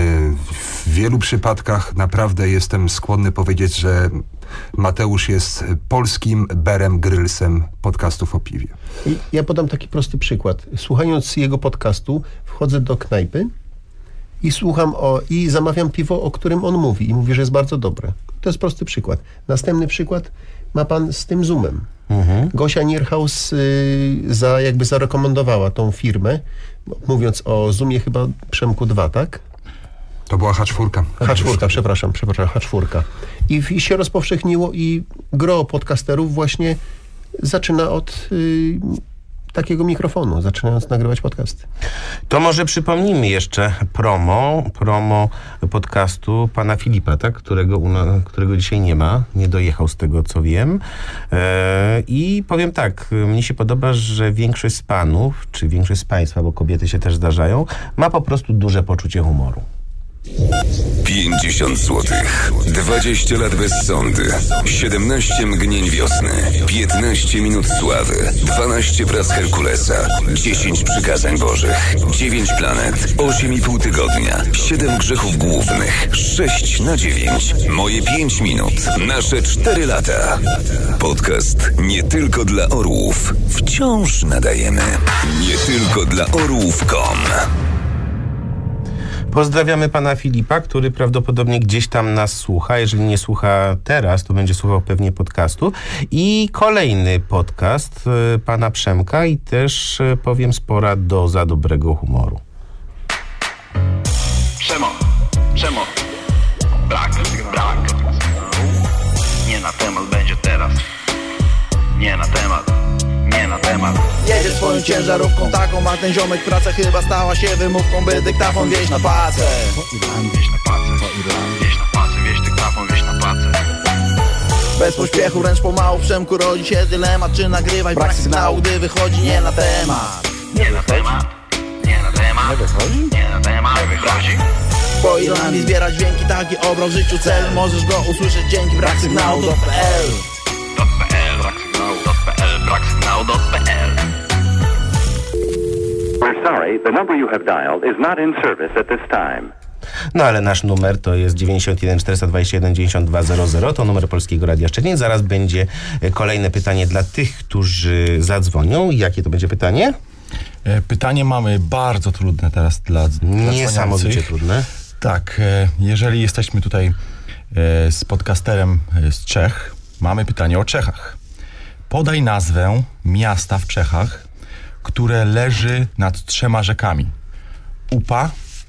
w wielu przypadkach naprawdę jestem skłonny powiedzieć, że Mateusz jest polskim Berem Grylsem podcastów o piwie. I ja podam taki prosty przykład. Słuchając jego podcastu, wchodzę do knajpy i słucham o, i zamawiam piwo, o którym on mówi i mówi, że jest bardzo dobre. To jest prosty przykład. Następny przykład ma pan z tym Zoomem. Mhm. Gosia Nierhaus y, za, jakby zarekomendowała tą firmę, mówiąc o Zoomie chyba Przemku dwa, tak? To była H cztery. H cztery, przepraszam, przepraszam, H cztery. I, I się rozpowszechniło i gro podcasterów właśnie zaczyna od y, takiego mikrofonu, zaczynając nagrywać podcasty. To może przypomnijmy jeszcze promo, promo podcastu pana Filipa, tak? którego, u na, którego dzisiaj nie ma, nie dojechał z tego, co wiem. E, I powiem tak, mnie się podoba, że większość z panów, czy większość z państwa, bo kobiety się też zdarzają, ma po prostu duże poczucie humoru. pięćdziesiąt złotych. dwadzieścia lat bez sądy. siedemnaście mgnień wiosny. piętnaście minut sławy. dwanaście prac Herkulesa. dziesięć przykazań bożych. dziewięć planet. osiem i pół tygodnia. siedem grzechów głównych. sześć na dziewięć. Moje pięć minut. Nasze cztery lata. Podcast nie tylko dla orłów. Wciąż nadajemy. Nie tylko dla orłów kropka com. Pozdrawiamy pana Filipa, który prawdopodobnie gdzieś tam nas słucha. Jeżeli nie słucha teraz, to będzie słuchał pewnie podcastu. I kolejny podcast y, pana Przemka i też y, powiem spora doza dobrego humoru. Przemo, Przemo, Brak, brak. Nie na temat będzie teraz. Nie na temat, nie na temat. Jedzie swoją ciężarówką taką, a ten ziomek praca chyba stała się wymówką, by dyktafon wieźć na pacę. Wieź na pacę, wieź na pacę, wieź dyktafon, wieź na pacę. Bez pośpiechu, wręcz pomału w Przemku rodzi się dylemat, czy nagrywać brak sygnału, gdy wychodzi nie na temat. Nie na temat, nie na temat. Nie wychodzi? Nie na temat, nie wychodzi. Po Irlandii zbierać dźwięki, taki obrał w życiu cel. Możesz go usłyszeć dzięki brak sygnału dot p l. .pl, brak sygnału dot p l, brak sygnału dot p l. We're sorry, the number you have dialed is not in service at this time. No ale nasz numer to jest dziewięćdziesiąt jeden czterysta dwadzieścia jeden dziewięćdziesiąt dwa zero zero, to numer Polskiego Radia Szczecin. Zaraz będzie kolejne pytanie dla tych, którzy zadzwonią. Jakie to będzie pytanie? Pytanie mamy bardzo trudne teraz dla, dla Niesamowicie trudne. Tak, jeżeli jesteśmy tutaj z podcasterem z Czech, mamy pytanie o Czechach. Podaj nazwę miasta w Czechach, które leży nad trzema rzekami. Upa,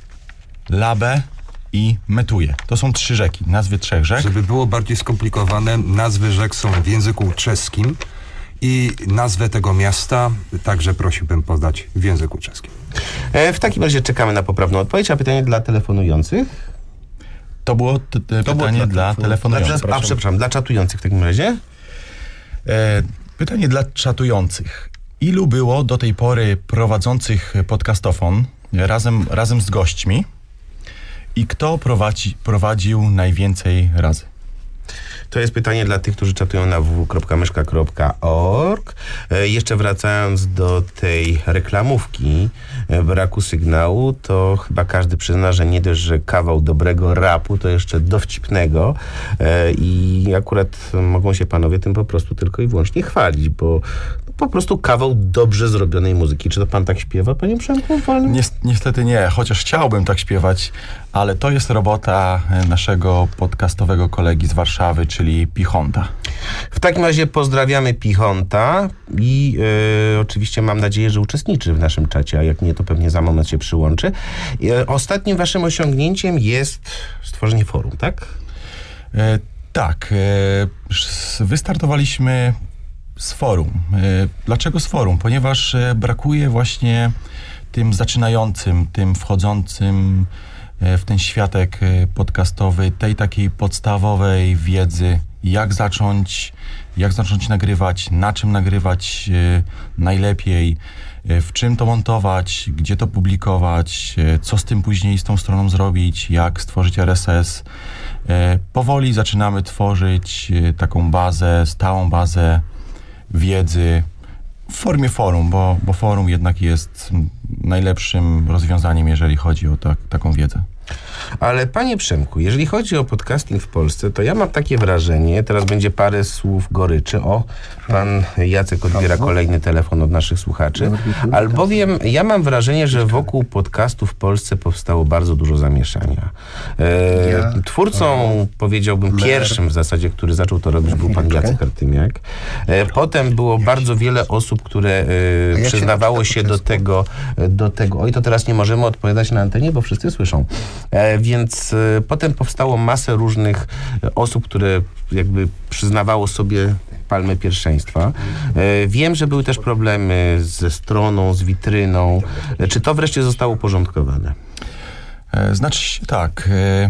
Labe i Metuje. To są trzy rzeki, nazwy trzech rzek. Żeby było bardziej skomplikowane, nazwy rzek są w języku czeskim i nazwę tego miasta także prosiłbym podać w języku czeskim. E, w takim razie czekamy na poprawną odpowiedź, a pytanie dla telefonujących? To było t- t- to pytanie było dla, dla telefonujących. Dla, a przepraszam, dla czatujących w takim razie? E, pytanie dla czatujących. Ilu było do tej pory prowadzących podcastofon razem, razem z gośćmi i kto prowadzi, prowadził najwięcej razy? To jest pytanie dla tych, którzy czatują na w w w kropka myszka kropka org. E, jeszcze wracając do tej reklamówki e, braku sygnału, to chyba każdy przyzna, że nie dość, że kawał dobrego rapu, to jeszcze dowcipnego e, i akurat mogą się panowie tym po prostu tylko i wyłącznie chwalić, bo po prostu kawał dobrze zrobionej muzyki. Czy to pan tak śpiewa, panie Przemku? Niestety nie, chociaż chciałbym tak śpiewać, ale to jest robota naszego podcastowego kolegi z Warszawy, czyli Pichonta. W takim razie pozdrawiamy Pichonta i e, oczywiście mam nadzieję, że uczestniczy w naszym czacie, a jak nie, to pewnie za moment się przyłączy. E, ostatnim waszym osiągnięciem jest stworzenie forum, tak? E, tak. E, wystartowaliśmy z forum. E, dlaczego z forum? Ponieważ e, brakuje właśnie tym zaczynającym, tym wchodzącym w ten światek podcastowy, tej takiej podstawowej wiedzy, jak zacząć, jak zacząć nagrywać, na czym nagrywać e, najlepiej, e, w czym to montować, gdzie to publikować, e, co z tym później z tą stroną zrobić, jak stworzyć R S S. E, powoli zaczynamy tworzyć e, taką bazę, stałą bazę wiedzy w formie forum, bo, bo forum jednak jest najlepszym rozwiązaniem, jeżeli chodzi o tak, taką wiedzę. Ale panie Przemku, jeżeli chodzi o podcasting w Polsce, to ja mam takie wrażenie, teraz będzie parę słów goryczy. O, pan Jacek odbiera kolejny telefon od naszych słuchaczy. Albowiem ja mam wrażenie, że wokół podcastu w Polsce powstało bardzo dużo zamieszania. E, twórcą, powiedziałbym, pierwszym w zasadzie, który zaczął to robić, był pan Jacek Artymiak. E, potem było bardzo wiele osób, które e, przyznawało się do tego, do tego. Oj, to teraz nie możemy odpowiadać na antenie, bo wszyscy słyszą. E, więc e, potem powstało masę różnych osób, które jakby przyznawało sobie palmę pierwszeństwa. E, wiem, że były też problemy ze stroną, z witryną. E, czy to wreszcie zostało uporządkowane? E, znaczy się tak. E,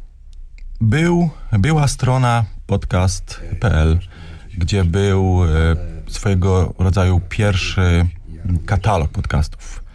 był, była strona podcast kropka p l, gdzie był e, swojego rodzaju pierwszy katalog podcastów.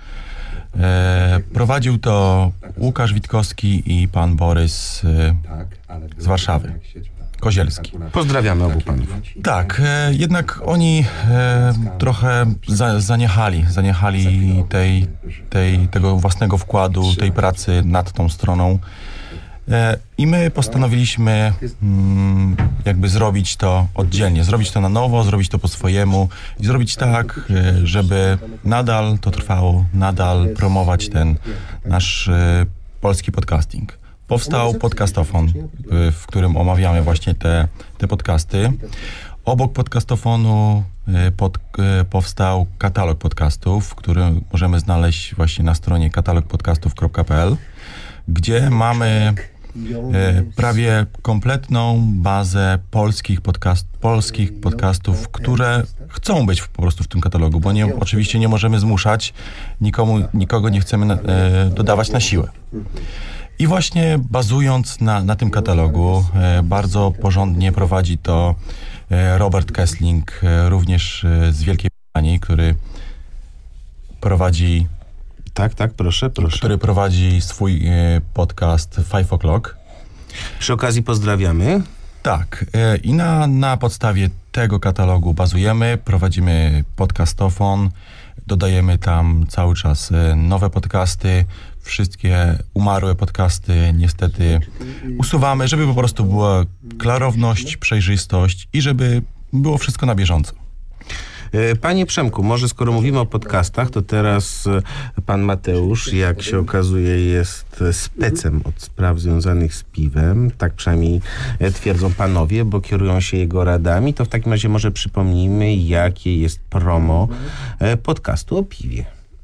E, prowadził to Łukasz Witkowski i pan Borys e, z Warszawy, Kozielski. Pozdrawiamy obu panów. Tak, e, jednak oni e, trochę za, zaniechali, zaniechali tej, tej, tego własnego wkładu, tej pracy nad tą stroną. E, I my postanowiliśmy mm, jakby zrobić to oddzielnie, zrobić to na nowo, zrobić to po swojemu i zrobić tak, e, żeby nadal to trwało, nadal promować ten nasz e, polski podcasting. Powstał podcastofon, e, w którym omawiamy właśnie te, te podcasty. Obok podcastofonu e, pod, e, powstał katalog podcastów, który możemy znaleźć właśnie na stronie katalog podcastów kropka p l, gdzie mamy e, prawie kompletną bazę polskich, podcast, polskich podcastów, które chcą być po prostu w tym katalogu, bo nie, oczywiście nie możemy zmuszać, nikomu, nikogo nie chcemy na, e, dodawać na siłę. I właśnie bazując na, na tym katalogu, e, bardzo porządnie prowadzi to e, Robert Kessling, e, również e, z Wielkiej Brytanii, który prowadzi... Tak, tak, proszę, proszę. Który prowadzi swój e, podcast Five O'Clock. Przy okazji pozdrawiamy. Tak. E, I na, na podstawie tego katalogu bazujemy, prowadzimy podcastofon, dodajemy tam cały czas e, nowe podcasty, wszystkie umarłe podcasty niestety usuwamy, żeby po prostu była klarowność, przejrzystość i żeby było wszystko na bieżąco. Panie Przemku, może skoro mówimy o podcastach, to teraz pan Mateusz, jak się okazuje, jest specem od spraw związanych z piwem. Tak przynajmniej twierdzą panowie, bo kierują się jego radami. To w takim razie może przypomnijmy, jakie jest promo podcastu o piwie.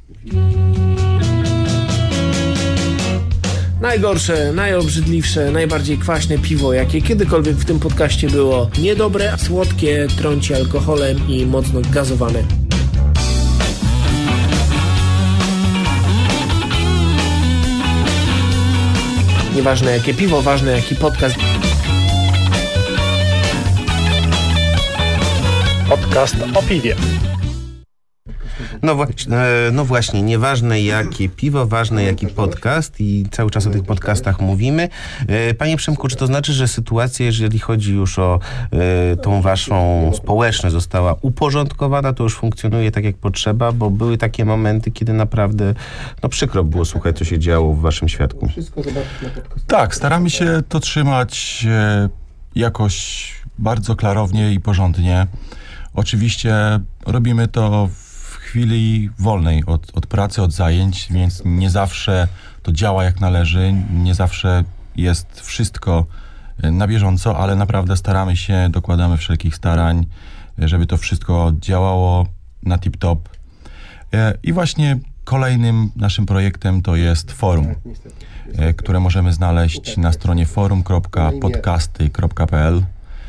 Najgorsze, najobrzydliwsze, najbardziej kwaśne piwo, jakie kiedykolwiek w tym podcaście było. Niedobre, słodkie, trąci alkoholem i mocno gazowane. Nieważne jakie piwo, ważne jaki podcast. Podcast o piwie. No właśnie, no właśnie, nieważne jakie piwo, ważne jaki podcast i cały czas o tych podcastach mówimy. Panie Przemku, czy to znaczy, że sytuacja, jeżeli chodzi już o e, tą waszą społeczność, została uporządkowana, to już funkcjonuje tak jak potrzeba, bo były takie momenty, kiedy naprawdę no przykro było słuchać, co się działo w waszym świadku. Tak, staramy się to trzymać e, jakoś bardzo klarownie i porządnie. Oczywiście robimy to w chwili wolnej od, od pracy, od zajęć, więc nie zawsze to działa jak należy, nie zawsze jest wszystko na bieżąco, ale naprawdę staramy się, dokładamy wszelkich starań, żeby to wszystko działało na tip-top. I właśnie kolejnym naszym projektem to jest forum, które możemy znaleźć na stronie forum kropka podcasty kropka p l.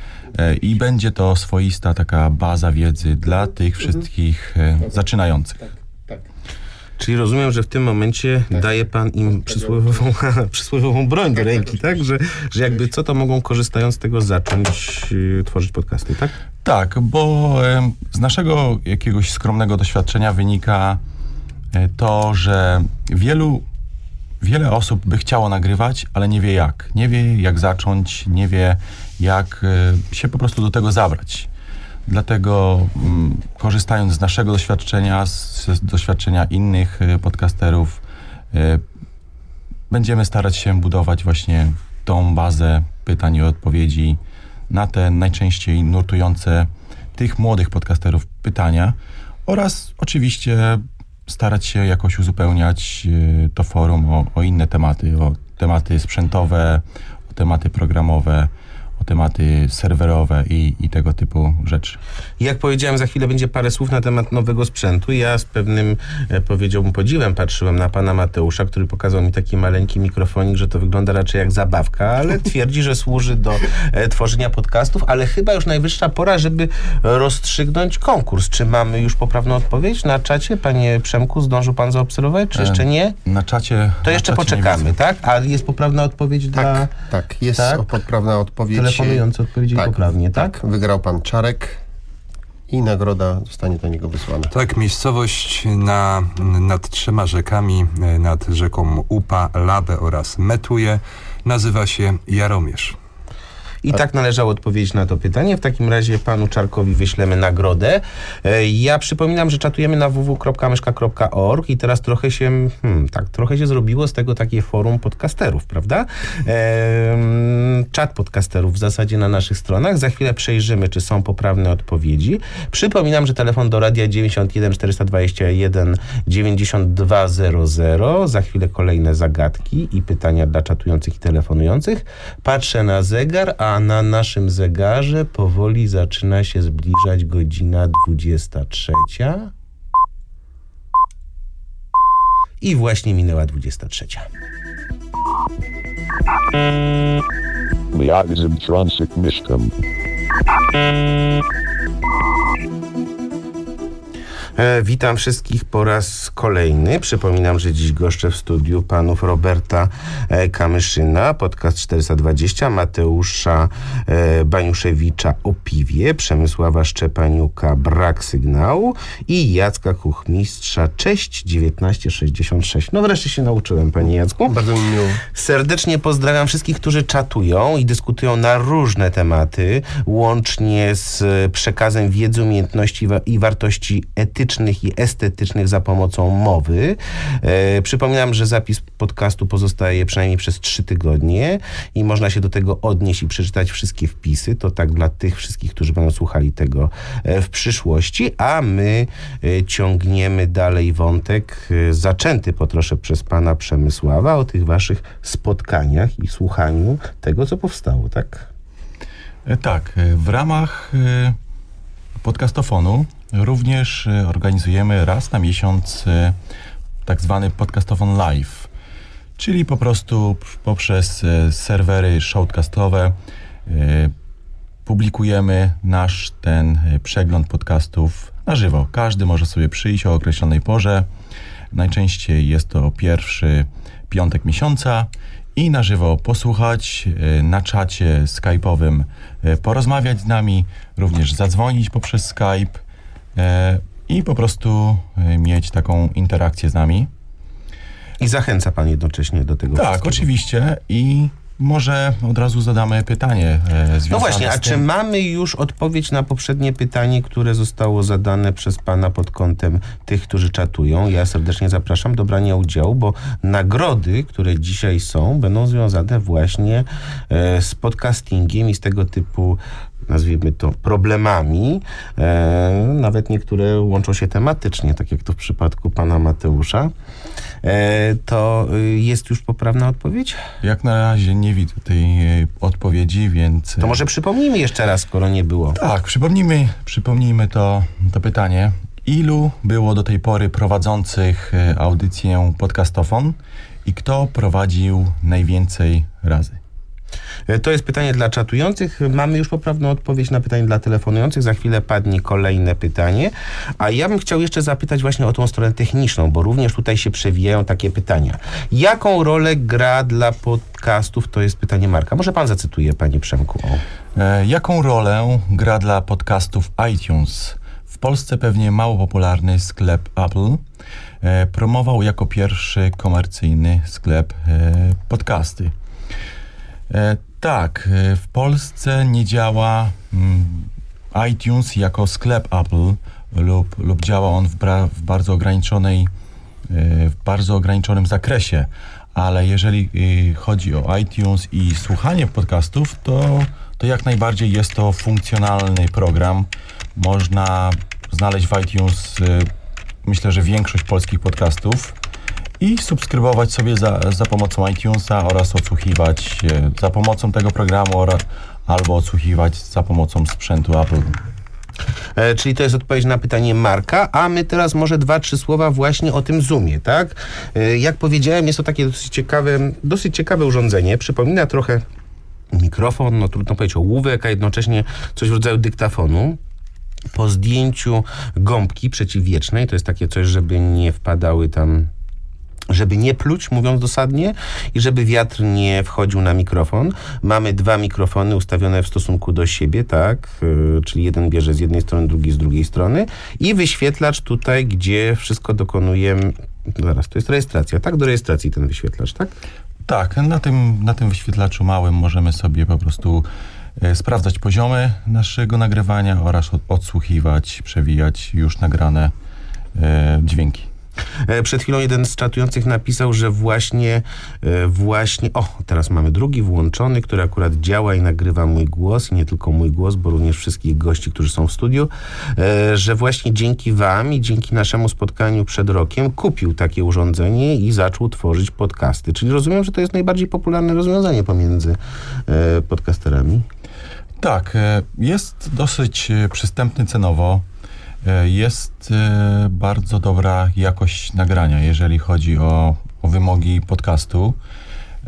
I będzie to swoista taka baza wiedzy dla tych wszystkich zaczynających. Tak, tak. Czyli rozumiem, że w tym momencie tak. daje pan im przysłowiową, przysłowiową broń do ręki, tak? Że, że jakby co to mogą korzystając z tego zacząć y, tworzyć podcasty, tak? Tak, bo y, z naszego jakiegoś skromnego doświadczenia wynika y, to, że wielu Wiele osób by chciało nagrywać, ale nie wie jak. Nie wie jak zacząć, nie wie jak y, się po prostu do tego zabrać. Dlatego mm, korzystając z naszego doświadczenia, z, z doświadczenia innych y, podcasterów, y, będziemy starać się budować właśnie tą bazę pytań i odpowiedzi na te najczęściej nurtujące tych młodych podcasterów pytania oraz oczywiście starać się jakoś uzupełniać y, to forum o, o inne tematy, o tematy sprzętowe, o tematy programowe, o tematy serwerowe i, i tego typu rzeczy. Jak powiedziałem, za chwilę będzie parę słów na temat nowego sprzętu. Ja z pewnym, e, powiedziałbym, podziwem patrzyłem na pana Mateusza, który pokazał mi taki maleńki mikrofonik, że to wygląda raczej jak zabawka, ale twierdzi, że służy do e, tworzenia podcastów, ale chyba już najwyższa pora, żeby rozstrzygnąć konkurs. Czy mamy już poprawną odpowiedź na czacie? Panie Przemku, zdążył pan zaobserwować, czy jeszcze nie? Na czacie... To jeszcze czacie poczekamy, tak? A jest poprawna odpowiedź tak, dla... Tak, jest tak? poprawna odpowiedź. Telefonujący odpowiedzieli tak, poprawnie, tak? tak? Wygrał pan Czarek i nagroda zostanie do niego wysłana. Tak, miejscowość na, nad trzema rzekami, nad rzeką Upa, Labę oraz Metuje, nazywa się Jaromierz. I tak należało odpowiedzieć na to pytanie. W takim razie panu Czarkowi wyślemy nagrodę. Ja przypominam, że czatujemy na w w w kropka myszka kropka org i teraz trochę się, hmm, tak, trochę się zrobiło z tego takie forum podcasterów, prawda? Ehm, czat podcasterów w zasadzie na naszych stronach. Za chwilę przejrzymy, czy są poprawne odpowiedzi. Przypominam, że telefon do radia dziewięćdziesiąt jeden czterysta dwadzieścia jeden dziewięćdziesiąt dwa zero zero. Za chwilę kolejne zagadki i pytania dla czatujących i telefonujących. Patrzę na zegar, a na naszym zegarze powoli zaczyna się zbliżać godzina dwudziesta trzecia. I właśnie minęła dwudziesta trzecia. Magazyn Trącić Mieszkam. E, witam wszystkich po raz kolejny. Przypominam, że dziś goszczę w studiu panów Roberta e, Kamyszyna, podcast czterysta dwadzieścia, Mateusza e, Baniuszewicza o piwie, Przemysława Szczepaniuka Brak sygnału i Jacka Kuchmistrza Cześć dziewiętnaście sześćdziesiąt sześć. No wreszcie się nauczyłem, panie Jacku. Bardzo mi miło. Serdecznie pozdrawiam wszystkich, którzy czatują i dyskutują na różne tematy, łącznie z przekazem wiedzy, umiejętności wa- i wartości etycznych i estetycznych za pomocą mowy. E, przypominam, że zapis podcastu pozostaje przynajmniej przez trzy tygodnie i można się do tego odnieść i przeczytać wszystkie wpisy. To tak dla tych wszystkich, którzy będą słuchali tego e, w przyszłości, a my e, ciągniemy dalej wątek e, zaczęty po trosze przez pana Przemysława o tych waszych spotkaniach i słuchaniu tego, co powstało, tak? E, tak, e, w ramach e, podcastofonu również e, organizujemy raz na miesiąc e, tak zwany podcastofon live, czyli po prostu p- poprzez e, serwery shoutcastowe e, publikujemy nasz ten e, przegląd podcastów na żywo. Każdy może sobie przyjść o określonej porze. Najczęściej jest to pierwszy piątek miesiąca i na żywo posłuchać, e, na czacie skype'owym e, porozmawiać z nami, również zadzwonić poprzez Skype e, i po prostu e, mieć taką interakcję z nami. I zachęca pan jednocześnie do tego Tak, wszystkiego. oczywiście i może od razu zadamy pytanie e, związane No właśnie, a z czy tym. mamy już odpowiedź na poprzednie pytanie, które zostało zadane przez pana pod kątem tych, którzy czatują? Ja serdecznie zapraszam do brania udziału, bo nagrody, które dzisiaj są, będą związane właśnie e, z podcastingiem i z tego typu, nazwijmy to, problemami. E, nawet niektóre łączą się tematycznie, tak jak to w przypadku pana Mateusza. E, to y, jest już poprawna odpowiedź? Jak na razie nie widzę tej e, odpowiedzi, więc... To może przypomnijmy jeszcze raz, skoro nie było. Tak, przypomnijmy, przypomnijmy to, to pytanie. Ilu było do tej pory prowadzących e, audycję Podcastofon i kto prowadził najwięcej razy? To jest pytanie dla czatujących. Mamy już poprawną odpowiedź na pytanie dla telefonujących. Za chwilę padnie kolejne pytanie. A ja bym chciał jeszcze zapytać właśnie o tą stronę techniczną, bo również tutaj się przewijają takie pytania. Jaką rolę gra dla podcastów? To jest pytanie Marka. Może pan zacytuje, panie Przemku. O. E, jaką rolę gra dla podcastów iTunes? W Polsce pewnie mało popularny sklep Apple e, promował jako pierwszy komercyjny sklep e, podcasty. E, tak, e, w Polsce nie działa mm, iTunes jako sklep Apple lub, lub działa on w, bra, w bardzo ograniczonej, e, w bardzo ograniczonym zakresie, ale jeżeli e, chodzi o iTunes i słuchanie podcastów, to, to jak najbardziej jest to funkcjonalny program. Można znaleźć w iTunes e, myślę, że większość polskich podcastów i subskrybować sobie za, za pomocą iTunesa oraz odsłuchiwać e, za pomocą tego programu oraz, albo odsłuchiwać za pomocą sprzętu Apple. E, czyli to jest odpowiedź na pytanie Marka, a my teraz może dwa, trzy słowa właśnie o tym Zoomie, tak? E, jak powiedziałem, jest to takie dosyć ciekawe, dosyć ciekawe urządzenie. Przypomina trochę mikrofon, no trudno powiedzieć ołówek, a jednocześnie coś w rodzaju dyktafonu. Po zdjęciu gąbki przeciwwiecznej, to jest takie coś, żeby nie wpadały tam, żeby nie pluć, mówiąc dosadnie, i żeby wiatr nie wchodził na mikrofon. Mamy dwa mikrofony ustawione w stosunku do siebie, tak, yy, czyli jeden bierze z jednej strony, drugi z drugiej strony i wyświetlacz tutaj, gdzie wszystko dokonuje, zaraz, to jest rejestracja, tak? Do rejestracji ten wyświetlacz, tak? Tak, na tym, na tym wyświetlaczu małym możemy sobie po prostu e, sprawdzać poziomy naszego nagrywania oraz od, odsłuchiwać, przewijać już nagrane e, dźwięki. Przed chwilą jeden z czatujących napisał, że właśnie, właśnie, o, teraz mamy drugi włączony, który akurat działa i nagrywa mój głos i nie tylko mój głos, bo również wszystkich gości, którzy są w studiu, że właśnie dzięki wam i dzięki naszemu spotkaniu przed rokiem kupił takie urządzenie i zaczął tworzyć podcasty. Czyli rozumiem, że to jest najbardziej popularne rozwiązanie pomiędzy podcasterami. Tak, jest dosyć przystępny cenowo. Jest bardzo dobra jakość nagrania, jeżeli chodzi o, o wymogi podcastu.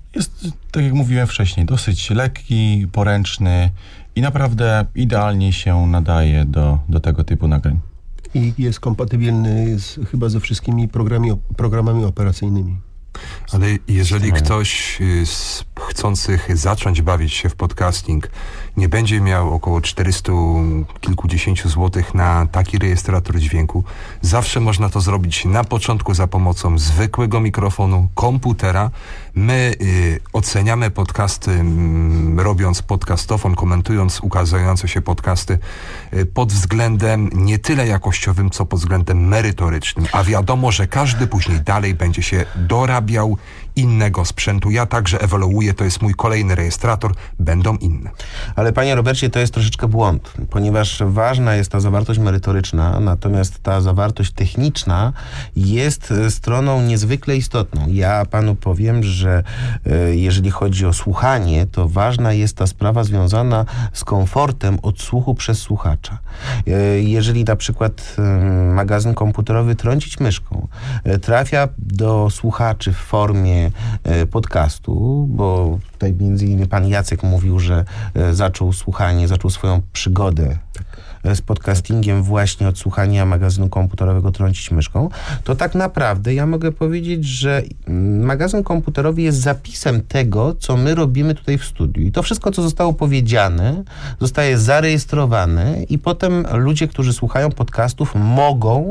Jest, tak jak mówiłem wcześniej, dosyć lekki, poręczny i naprawdę idealnie się nadaje do, do tego typu nagrań. I jest kompatybilny z, chyba ze wszystkimi programi, programami operacyjnymi. Ale jeżeli ktoś z chcących zacząć bawić się w podcasting nie będzie miał około czterysta kilkudziesięciu złotych na taki rejestrator dźwięku, zawsze można to zrobić na początku za pomocą zwykłego mikrofonu, komputera. My y, oceniamy podcasty, y, robiąc podcastofon, komentując ukazujące się podcasty y, pod względem nie tyle jakościowym, co pod względem merytorycznym. A wiadomo, że każdy później dalej będzie się dorabiał innego sprzętu. Ja także ewoluuję, to jest mój kolejny rejestrator, będą inne. Ale panie Robercie, to jest troszeczkę błąd, ponieważ ważna jest ta zawartość merytoryczna, natomiast ta zawartość techniczna jest stroną niezwykle istotną. Ja panu powiem, że e, jeżeli chodzi o słuchanie, to ważna jest ta sprawa związana z komfortem odsłuchu przez słuchacza. E, jeżeli na przykład e, magazyn komputerowy Trącić myszką e, trafia do słuchaczy w formie e, podcastu, bo tutaj między innymi pan Jacek mówił, że e, zaczął słuchanie, zaczął swoją przygodę z podcastingiem właśnie od słuchania magazynu komputerowego Trącić myszką, to tak naprawdę ja mogę powiedzieć, że magazyn komputerowy jest zapisem tego, co my robimy tutaj w studiu. I to wszystko, co zostało powiedziane, zostaje zarejestrowane i potem ludzie, którzy słuchają podcastów, mogą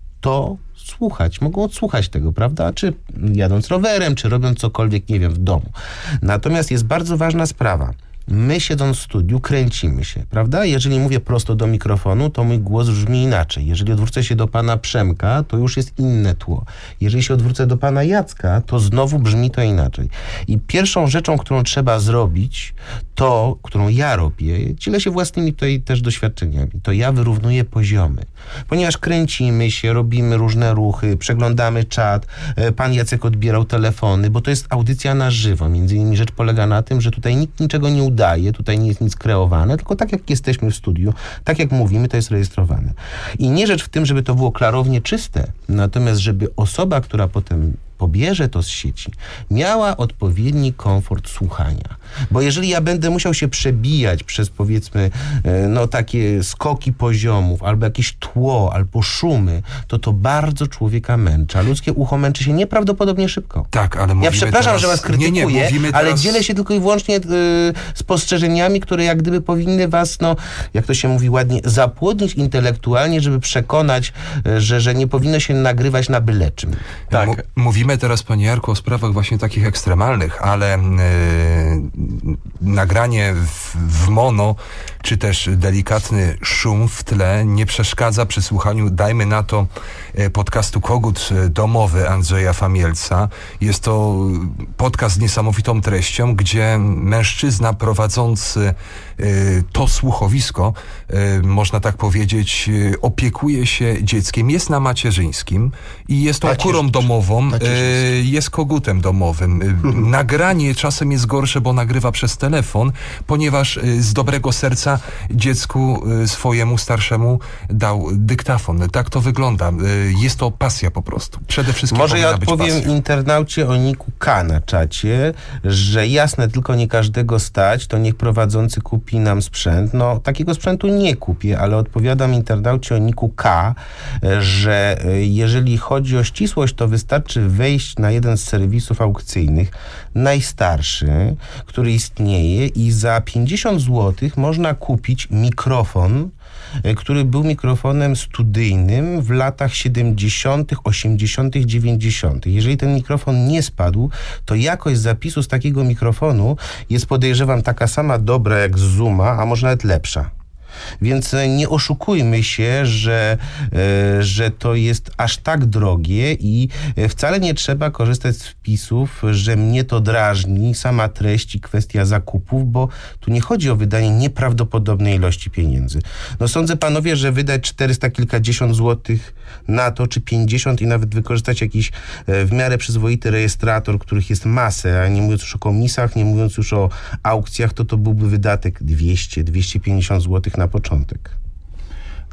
to słuchać, mogą odsłuchać tego, prawda? Czy jadąc rowerem, czy robiąc cokolwiek, nie wiem, w domu. Natomiast jest bardzo ważna sprawa. My siedząc w studiu kręcimy się, prawda? Jeżeli mówię prosto do mikrofonu, to mój głos brzmi inaczej. Jeżeli odwrócę się do pana Przemka, to już jest inne tło. Jeżeli się odwrócę do pana Jacka, to znowu brzmi to inaczej. I pierwszą rzeczą, którą trzeba zrobić, to, którą ja robię, dzielę się własnymi tutaj też doświadczeniami, to ja wyrównuję poziomy. Ponieważ kręcimy się, robimy różne ruchy, przeglądamy czat, pan Jacek odbierał telefony, bo to jest audycja na żywo. Między innymi rzecz polega na tym, że tutaj nikt niczego nie udaje, tutaj nie jest nic kreowane, tylko tak jak jesteśmy w studiu, tak jak mówimy, to jest rejestrowane. I nie rzecz w tym, żeby to było klarownie czyste, natomiast żeby osoba, która potem pobierze to z sieci, miała odpowiedni komfort słuchania. Bo jeżeli ja będę musiał się przebijać przez, powiedzmy, no takie skoki poziomów, albo jakieś tło, albo szumy, to to bardzo człowieka męczy. A ludzkie ucho męczy się nieprawdopodobnie szybko. Tak, ale mówimy Ja przepraszam, teraz... że was krytykuję, nie, nie, mówimy ale teraz... dzielę się tylko i wyłącznie y, spostrzeżeniami, które jak gdyby powinny was, no, jak to się mówi ładnie, zapłodnić intelektualnie, żeby przekonać, y, że, że nie powinno się nagrywać na byle czym. Tak. M- mówimy teraz, panie Jarku, o sprawach właśnie takich ekstremalnych, ale yy, nagranie w, w mono, czy też delikatny szum w tle nie przeszkadza przy słuchaniu, dajmy na to, podcastu Kogut Domowy Andrzeja Famielca. Jest to podcast z niesamowitą treścią, gdzie mężczyzna prowadzący y, to słuchowisko, y, można tak powiedzieć, y, opiekuje się dzieckiem, jest na macierzyńskim i jest tą kurą domową, y, jest kogutem domowym. Y, nagranie czasem jest gorsze, bo nagrywa przez telefon, ponieważ y, z dobrego serca dziecku y, swojemu starszemu dał dyktafon. Tak to wygląda. Y, jest to pasja po prostu. Przede wszystkim Może ja odpowiem pasja. internaucie o niku K na czacie, że jasne, tylko nie każdego stać, to niech prowadzący kupi nam sprzęt. No, takiego sprzętu nie kupię, ale odpowiadam internaucie o niku K, że jeżeli chodzi o ścisłość, to wystarczy wejść na jeden z serwisów aukcyjnych, najstarszy, który istnieje i za pięćdziesiąt złotych można kupić mikrofon, który był mikrofonem studyjnym w latach siedemdziesiątych, osiemdziesiątych, dziewięćdziesiątych. Jeżeli ten mikrofon nie spadł, to jakość zapisu z takiego mikrofonu jest, podejrzewam, taka sama dobra jak z Zooma, a może nawet lepsza. Więc nie oszukujmy się, że, że to jest aż tak drogie i wcale nie trzeba korzystać z wpisów, że mnie to drażni, sama treść i kwestia zakupów, bo tu nie chodzi o wydanie nieprawdopodobnej ilości pieniędzy. No sądzę, panowie, że wydać czterysta kilkadziesiąt złotych na to, czy pięćdziesiąt i nawet wykorzystać jakiś w miarę przyzwoity rejestrator, których jest masę, a nie mówiąc już o komisach, nie mówiąc już o aukcjach, to to byłby wydatek dwieście do dwustu pięćdziesięciu złotych na początek.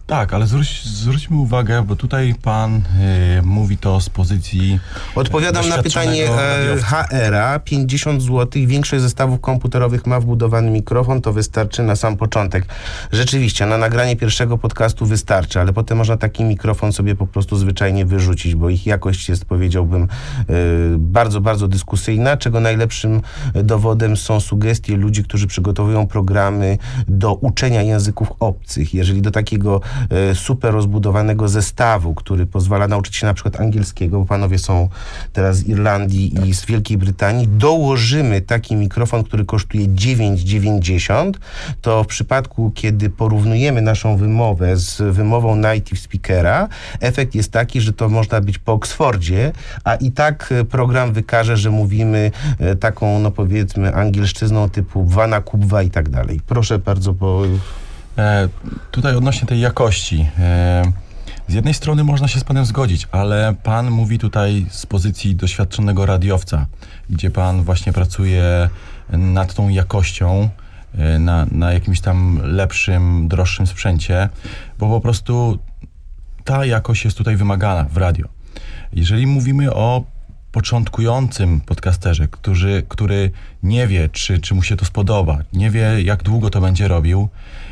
Tak, ale zwróć, zwróćmy uwagę, bo tutaj pan y, mówi to z pozycji Odpowiadam na pytanie e, H R a. pięćdziesiąt złotych. Większość zestawów komputerowych ma wbudowany mikrofon, to wystarczy na sam początek. Rzeczywiście, na nagranie pierwszego podcastu wystarczy, ale potem można taki mikrofon sobie po prostu zwyczajnie wyrzucić, bo ich jakość jest, powiedziałbym, e, bardzo, bardzo dyskusyjna, czego najlepszym dowodem są sugestie ludzi, którzy przygotowują programy do uczenia języków obcych. Jeżeli do takiego e, super rozbudowanego zestawu, który pozwala nauczyć się na przykład angielskiego, bo panowie są teraz z Irlandii i z Wielkiej Brytanii, dołożymy taki mikrofon, który kosztuje dziewięć dziewięćdziesiąt, to w przypadku, kiedy porównujemy naszą wymowę z wymową native speakera, efekt jest taki, że to można być po Oksfordzie, a i tak program wykaże, że mówimy e, taką, no powiedzmy, angielszczyzną typu wana kubwa i tak dalej. Proszę bardzo, bo... E, tutaj odnośnie tej jakości. E, z jednej strony można się z panem zgodzić, ale pan mówi tutaj z pozycji doświadczonego radiowca, gdzie pan właśnie pracuje nad tą jakością, e, na, na jakimś tam lepszym, droższym sprzęcie, bo po prostu ta jakość jest tutaj wymagana w radio. Jeżeli mówimy o początkującym podcasterze, który, który nie wie, czy, czy mu się to spodoba, nie wie, jak długo to będzie robił,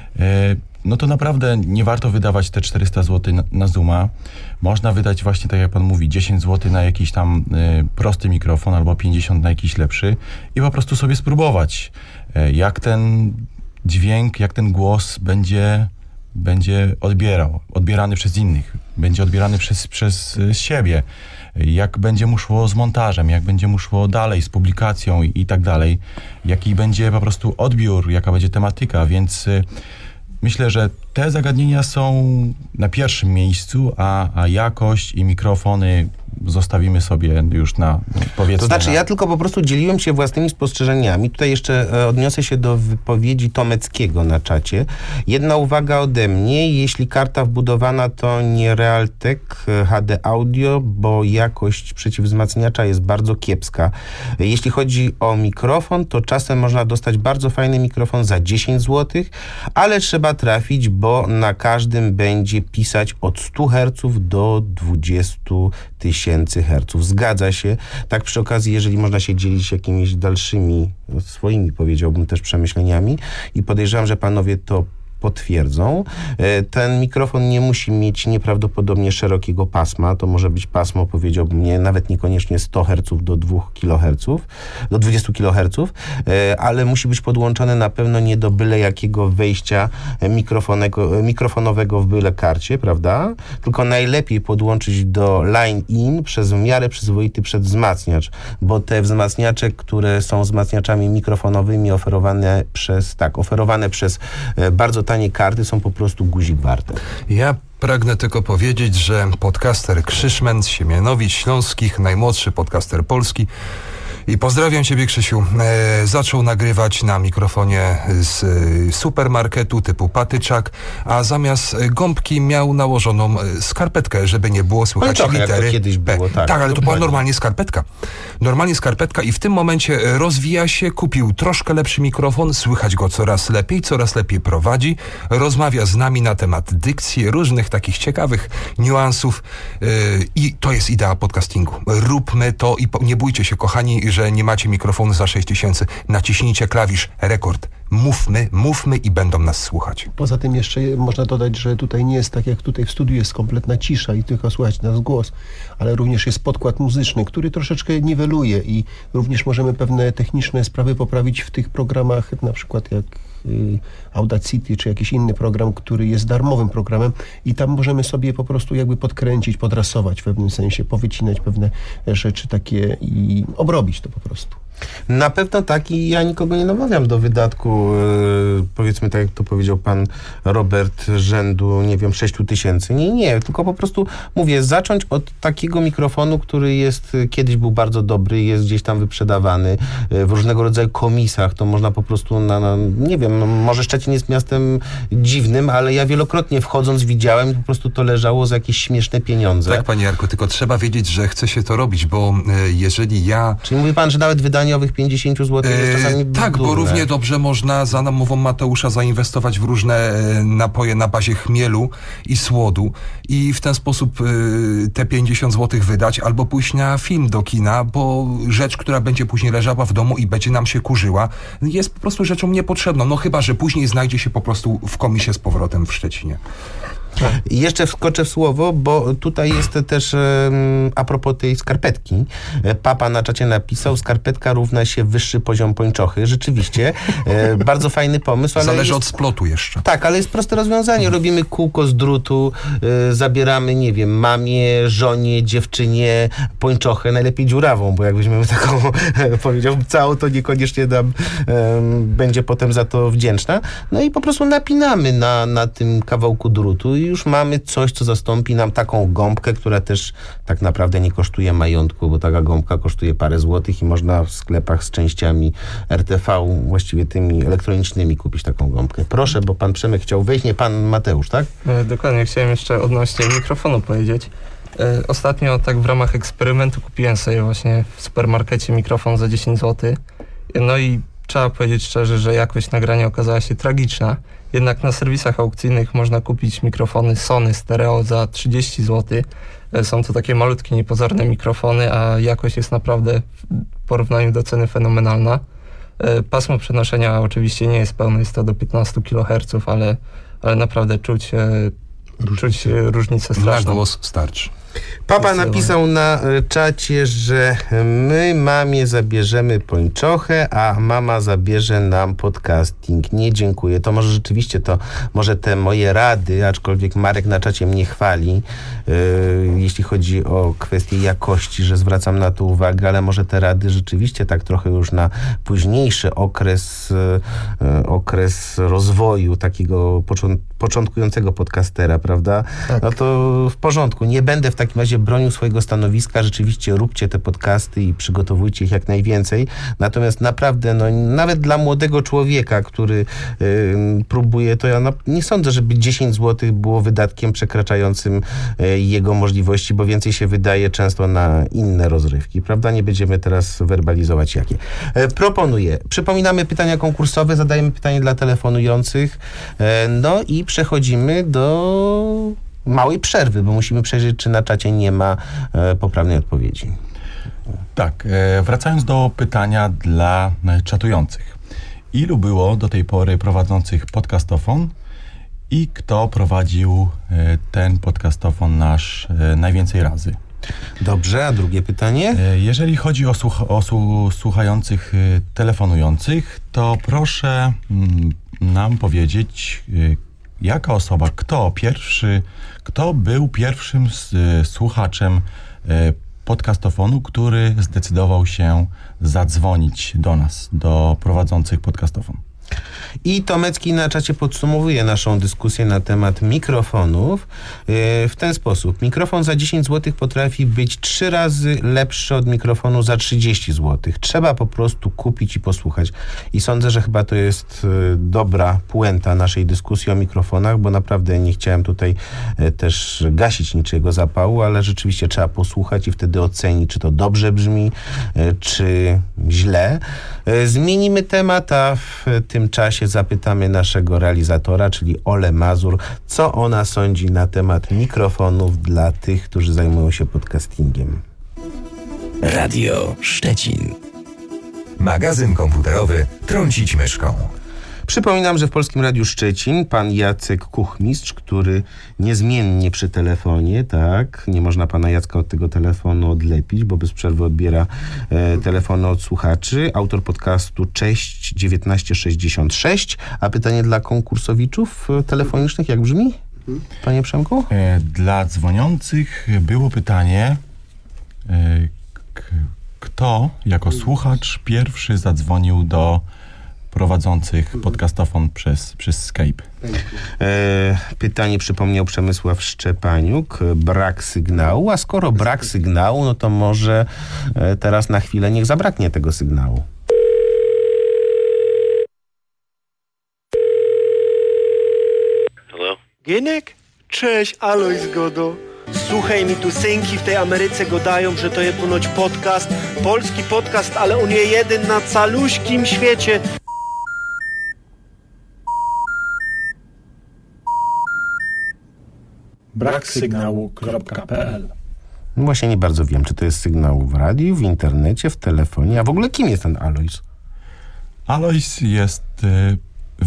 no to naprawdę nie warto wydawać te czterysta złotych na, na Zooma. Można wydać właśnie, tak jak pan mówi, dziesięć złotych na jakiś tam y, prosty mikrofon albo pięćdziesiąt na jakiś lepszy i po prostu sobie spróbować, y, jak ten dźwięk, jak ten głos będzie, będzie odbierał, odbierany przez innych, będzie odbierany przez, przez y, siebie, jak będzie mu szło z montażem, jak będzie mu szło dalej z publikacją i, i tak dalej, jaki będzie po prostu odbiór, jaka będzie tematyka, więc y, myślę, że te zagadnienia są na pierwszym miejscu, a, a jakość i mikrofony zostawimy sobie już na, powiedzmy... To znaczy, na... ja tylko po prostu dzieliłem się własnymi spostrzeżeniami. Tutaj jeszcze e, odniosę się do wypowiedzi Tomeckiego na czacie. Jedna uwaga ode mnie. Jeśli karta wbudowana, to nie Realtek H D Audio, bo jakość przeciwwzmacniacza jest bardzo kiepska. Jeśli chodzi o mikrofon, to czasem można dostać bardzo fajny mikrofon za dziesięć złotych, ale trzeba trafić, bo na każdym będzie pisać od stu herców do dwudziestu tysięcy herców. Zgadza się. Tak przy okazji, jeżeli można się dzielić jakimiś dalszymi, swoimi, powiedziałbym, też przemyśleniami i podejrzewam, że panowie to potwierdzą. Ten mikrofon nie musi mieć nieprawdopodobnie szerokiego pasma. To może być pasmo, powiedziałbym, nie, nawet niekoniecznie sto herców do dwóch kiloherców, do dwudziestu kiloherców, ale musi być podłączony na pewno nie do byle jakiego wejścia mikrofonowego w byle karcie, prawda? Tylko najlepiej podłączyć do line-in przez w miarę przyzwoity przedwzmacniacz, bo te wzmacniacze, które są wzmacniaczami mikrofonowymi oferowane przez, tak, oferowane przez bardzo tanie karty są po prostu guzik warte. Ja pragnę tylko powiedzieć, że podcaster Krzyszmen z Siemianowic Śląskich, najmłodszy podcaster polski, i pozdrawiam Ciebie, Krzysiu, e, zaczął nagrywać na mikrofonie z e, supermarketu typu patyczak, a zamiast gąbki miał nałożoną skarpetkę, żeby nie było słychać trochę, litery jak to kiedyś było, tak. Tak, ale to była Dokładnie. normalnie skarpetka. Normalnie skarpetka i w tym momencie rozwija się, kupił troszkę lepszy mikrofon, słychać go coraz lepiej, coraz lepiej prowadzi, rozmawia z nami na temat dykcji, różnych takich ciekawych niuansów e, i to jest idea podcastingu. Róbmy to i po, nie bójcie się, kochani, że nie macie mikrofonu za sześć tysięcy, naciśnijcie klawisz rekord. Mówmy, mówmy i będą nas słuchać. Poza tym jeszcze można dodać, że tutaj nie jest tak jak tutaj w studiu jest kompletna cisza i tylko słychać nasz głos, ale również jest podkład muzyczny, który troszeczkę niweluje i również możemy pewne techniczne sprawy poprawić w tych programach, na przykład jak y, Audacity czy jakiś inny program, który jest darmowym programem i tam możemy sobie po prostu jakby podkręcić, podrasować w pewnym sensie, powycinać pewne rzeczy takie i obrobić to po prostu. Na pewno tak i ja nikogo nie namawiam do wydatku, yy, powiedzmy tak jak to powiedział pan Robert, rzędu, nie wiem, sześciu tysięcy. Nie, nie, tylko po prostu mówię, zacząć od takiego mikrofonu, który jest, kiedyś był bardzo dobry, jest gdzieś tam wyprzedawany yy, w różnego rodzaju komisach, to można po prostu na, na nie wiem, no, może Szczecin jest miastem dziwnym, ale ja wielokrotnie wchodząc widziałem i po prostu to leżało za jakieś śmieszne pieniądze. Tak, panie Jarku, tylko trzeba wiedzieć, że chce się to robić, bo yy, jeżeli ja... Czyli mówi pan, że nawet wydanie daniowych pięćdziesiąt złotych jest czasami E, tak, durne. bo równie dobrze można za namową Mateusza zainwestować w różne e, napoje na bazie chmielu i słodu i w ten sposób e, te pięćdziesiąt złotych wydać, albo pójść na film do kina, bo rzecz, która będzie później leżała w domu i będzie nam się kurzyła, jest po prostu rzeczą niepotrzebną. No chyba, że później znajdzie się po prostu w komisie z powrotem w Szczecinie. I jeszcze wskoczę w słowo, bo tutaj jest też um, a propos tej skarpetki. Papa na czacie napisał, skarpetka równa się wyższy poziom pończochy. Rzeczywiście, e, bardzo fajny pomysł. Ale Zależy jest, od splotu jeszcze. Tak, ale jest proste rozwiązanie. Robimy kółko z drutu, e, zabieramy, nie wiem, mamie, żonie, dziewczynie pończochę, najlepiej dziurawą, bo jak weźmiemy taką, powiedział, całą, to niekoniecznie nam e, będzie potem za to wdzięczna. No i po prostu napinamy na, na tym kawałku drutu i już mamy coś, co zastąpi nam taką gąbkę, która też tak naprawdę nie kosztuje majątku, bo taka gąbka kosztuje parę złotych i można w sklepach z częściami R T V, właściwie tymi elektronicznymi, kupić taką gąbkę. Proszę, bo pan Przemek chciał wejść, nie pan Mateusz, tak? E, dokładnie, chciałem jeszcze odnośnie mikrofonu powiedzieć. E, ostatnio tak w ramach eksperymentu kupiłem sobie właśnie w supermarkecie mikrofon za dziesięć złotych. No i trzeba powiedzieć szczerze, że jakość nagrania okazała się tragiczna. Jednak na serwisach aukcyjnych można kupić mikrofony Sony stereo za trzydzieści złotych. Są to takie malutkie, niepozorne mikrofony, a jakość jest naprawdę w porównaniu do ceny fenomenalna. Pasmo przenoszenia oczywiście nie jest pełne, jest to do piętnaście kiloherców, ale, ale naprawdę czuć, czuć różnicę straszną. Na głos starczy. Papa napisał na czacie, że my mamie zabierzemy pończochę, a mama zabierze nam podcasting. Nie, dziękuję. To może rzeczywiście to, może te moje rady, aczkolwiek Marek na czacie mnie chwali, yy, jeśli chodzi o kwestię jakości, że zwracam na to uwagę, ale może te rady rzeczywiście tak trochę już na późniejszy okres, yy, okres rozwoju takiego począ- początkującego podcastera, prawda? Tak. No to w porządku. Nie będę w takim razie bronił swojego stanowiska. Rzeczywiście róbcie te podcasty i przygotowujcie ich jak najwięcej. Natomiast naprawdę, no, nawet dla młodego człowieka, który y, próbuje, to ja no, nie sądzę, żeby dziesięć złotych było wydatkiem przekraczającym y, jego możliwości, bo więcej się wydaje często na inne rozrywki, prawda? Nie będziemy teraz werbalizować jakie. Y, proponuję. Przypominamy pytania konkursowe, zadajemy pytanie dla telefonujących. Y, no i przechodzimy do małej przerwy, bo musimy przejrzeć, czy na czacie nie ma e, poprawnej odpowiedzi. Tak, e, wracając do pytania dla e, czatujących. Ilu było do tej pory prowadzących podcastofon i kto prowadził e, ten podcastofon nasz e, najwięcej razy? Dobrze, a drugie pytanie? E, jeżeli chodzi o, słuch- o su- słuchających e, telefonujących, to proszę mm, nam powiedzieć, e, jaka osoba, kto pierwszy, kto był pierwszym s, słuchaczem e, podcastofonu, który zdecydował się zadzwonić do nas, do prowadzących podcastofon. I Tomecki na czacie podsumowuje naszą dyskusję na temat mikrofonów yy, w ten sposób. Mikrofon za dziesięć złotych potrafi być trzy razy lepszy od mikrofonu za trzydzieści złotych. Trzeba po prostu kupić i posłuchać. I sądzę, że chyba to jest yy, dobra puenta naszej dyskusji o mikrofonach, bo naprawdę nie chciałem tutaj yy, też gasić niczego zapału, ale rzeczywiście trzeba posłuchać i wtedy ocenić, czy to dobrze brzmi, yy, czy źle. Yy, zmienimy temat, a w tym czasie zapytamy naszego realizatora, czyli Ole Mazur, co ona sądzi na temat mikrofonów dla tych, którzy zajmują się podcastingiem. Radio Szczecin. Magazyn komputerowy Trącić myszką. Przypominam, że w Polskim Radiu Szczecin pan Jacek Kuchmistrz, który niezmiennie przy telefonie, tak, nie można pana Jacka od tego telefonu odlepić, bo bez przerwy odbiera e, telefony od słuchaczy, autor podcastu Cześć dziewiętnaście sześćdziesiąt sześć, a pytanie dla konkursowiczów telefonicznych jak brzmi, panie Przemku? E, dla dzwoniących było pytanie, e, k- kto jako słuchacz pierwszy zadzwonił do prowadzących podcastofon przez, przez Skype. E, pytanie przypomniał Przemysław Szczepaniuk. Brak sygnału, a skoro brak sygnału, no to może e, teraz na chwilę niech zabraknie tego sygnału. Hello? Gienek? Cześć, Aloj Zgodo. Słuchaj, mi tu synki w tej Ameryce gadają, że to jest ponoć podcast, polski podcast, ale on jest jeden na caluśkim świecie. brak sygnału kropka p l. No właśnie nie bardzo wiem, czy to jest sygnał w radiu, w internecie, w telefonie, a w ogóle kim jest ten Alois? Alois jest e,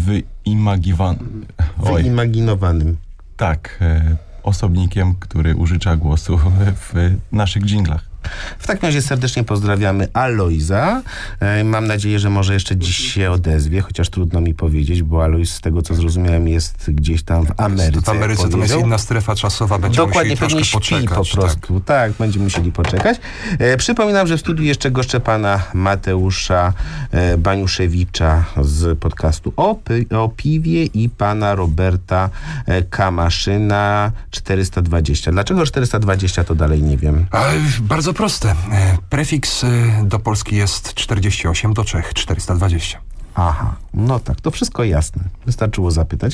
wyimagiwan... wyimaginowanym. Tak, e, osobnikiem, który użycza głosu w naszych dżinglach. W takim razie serdecznie pozdrawiamy Aloisa. E, mam nadzieję, że może jeszcze dziś się odezwie, chociaż trudno mi powiedzieć, bo Alois, z tego co zrozumiałem, jest gdzieś tam w Ameryce. W Ameryce to jest inna strefa czasowa, będziemy Dokładnie, musieli pewnie troszkę śpi poczekać. po prostu. Tak, tak będziemy musieli poczekać. E, przypominam, że w studiu jeszcze goszczę pana Mateusza e, Baniuszewicza z podcastu o, pi- o piwie i pana Roberta e, Kamaszyna czterysta dwadzieścia. Dlaczego czterysta dwadzieścia, to dalej nie wiem. A, bardzo proste. E, Prefiks e, do Polski jest czterdzieści osiem, do Czech czterysta dwadzieścia. Aha, no tak, to wszystko jasne. Wystarczyło zapytać.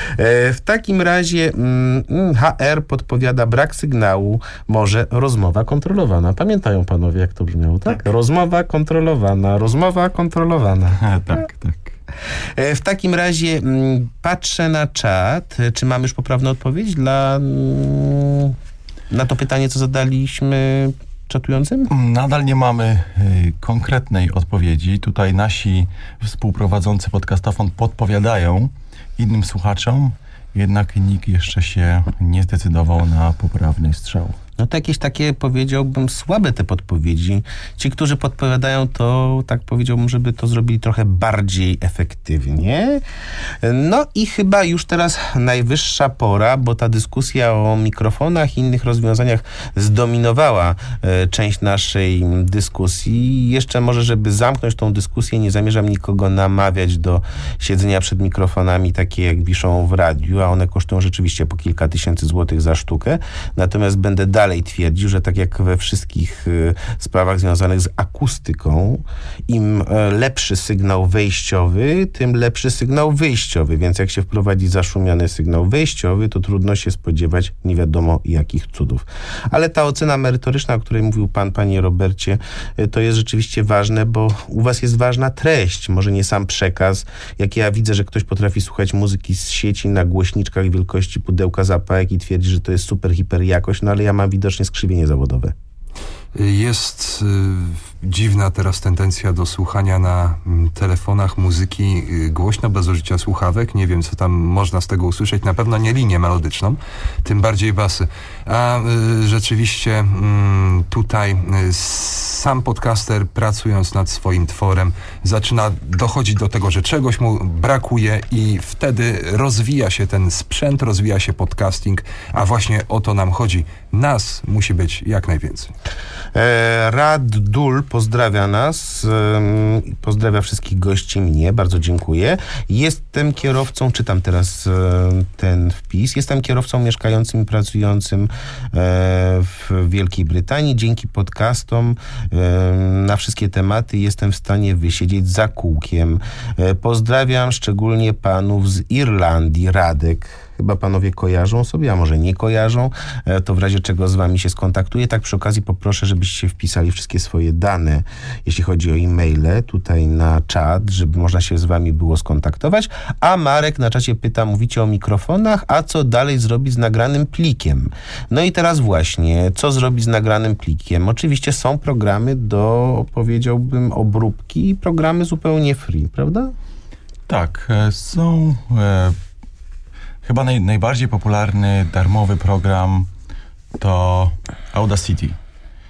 E, w takim razie mm, H R podpowiada brak sygnału, może rozmowa kontrolowana. Pamiętają panowie, jak to brzmiało, tak? tak. Rozmowa kontrolowana, rozmowa kontrolowana. tak, tak. E, w takim razie mm, patrzę na czat. Czy mamy już poprawną odpowiedź dla mm, na to pytanie, co zadaliśmy czatującym? Nadal nie mamy y, konkretnej odpowiedzi. Tutaj nasi współprowadzący podcastofon podpowiadają innym słuchaczom, jednak nikt jeszcze się nie zdecydował na poprawny strzał. No to jakieś takie, powiedziałbym, słabe te podpowiedzi. Ci, którzy podpowiadają, to tak powiedziałbym, żeby to zrobili trochę bardziej efektywnie. No i chyba już teraz najwyższa pora, bo ta dyskusja o mikrofonach i innych rozwiązaniach zdominowała e, część naszej dyskusji. Jeszcze może, żeby zamknąć tą dyskusję, nie zamierzam nikogo namawiać do siedzenia przed mikrofonami takie jak wiszą w radiu, a one kosztują rzeczywiście po kilka tysięcy złotych za sztukę. Natomiast będę dalej Dalej twierdził, że tak jak we wszystkich y, sprawach związanych z akustyką, im y, lepszy sygnał wejściowy, tym lepszy sygnał wyjściowy, więc jak się wprowadzi zaszumiony sygnał wejściowy, to trudno się spodziewać nie wiadomo jakich cudów. Ale ta ocena merytoryczna, o której mówił pan, panie Robercie, y, to jest rzeczywiście ważne, bo u was jest ważna treść, może nie sam przekaz. Jak ja widzę, że ktoś potrafi słuchać muzyki z sieci na głośniczkach wielkości pudełka zapałek i twierdzi, że to jest super, hiper jakość, no ale ja mam widocznie skrzywienie zawodowe. Jest y, dziwna teraz tendencja do słuchania na y, telefonach muzyki y, głośno, bez użycia słuchawek. Nie wiem, co tam można z tego usłyszeć. Na pewno nie linię melodyczną, tym bardziej basy. A y, rzeczywiście y, tutaj y, sam podcaster, pracując nad swoim tworem, zaczyna dochodzić do tego, że czegoś mu brakuje i wtedy rozwija się ten sprzęt, rozwija się podcasting, a właśnie o to nam chodzi. Nas musi być jak najwięcej. E, Rad Dul pozdrawia nas, e, pozdrawia wszystkich gości, mnie, bardzo dziękuję. Jestem kierowcą, czytam teraz e, ten wpis, jestem kierowcą mieszkającym i pracującym e, w Wielkiej Brytanii. Dzięki podcastom e, na wszystkie tematy jestem w stanie wysiedzieć za kółkiem. E, pozdrawiam szczególnie panów z Irlandii, Radek. Chyba panowie kojarzą sobie, a może nie kojarzą, to w razie czego z wami się skontaktuję. Tak przy okazji poproszę, żebyście wpisali wszystkie swoje dane, jeśli chodzi o e-maile, tutaj na czat, żeby można się z wami było skontaktować. A Marek na czacie pyta, mówicie o mikrofonach, a co dalej zrobić z nagranym plikiem? No i teraz właśnie, co zrobić z nagranym plikiem? Oczywiście są programy do, powiedziałbym, obróbki i programy zupełnie free, prawda? Tak, są... E... Chyba naj, najbardziej popularny darmowy program to Audacity, y,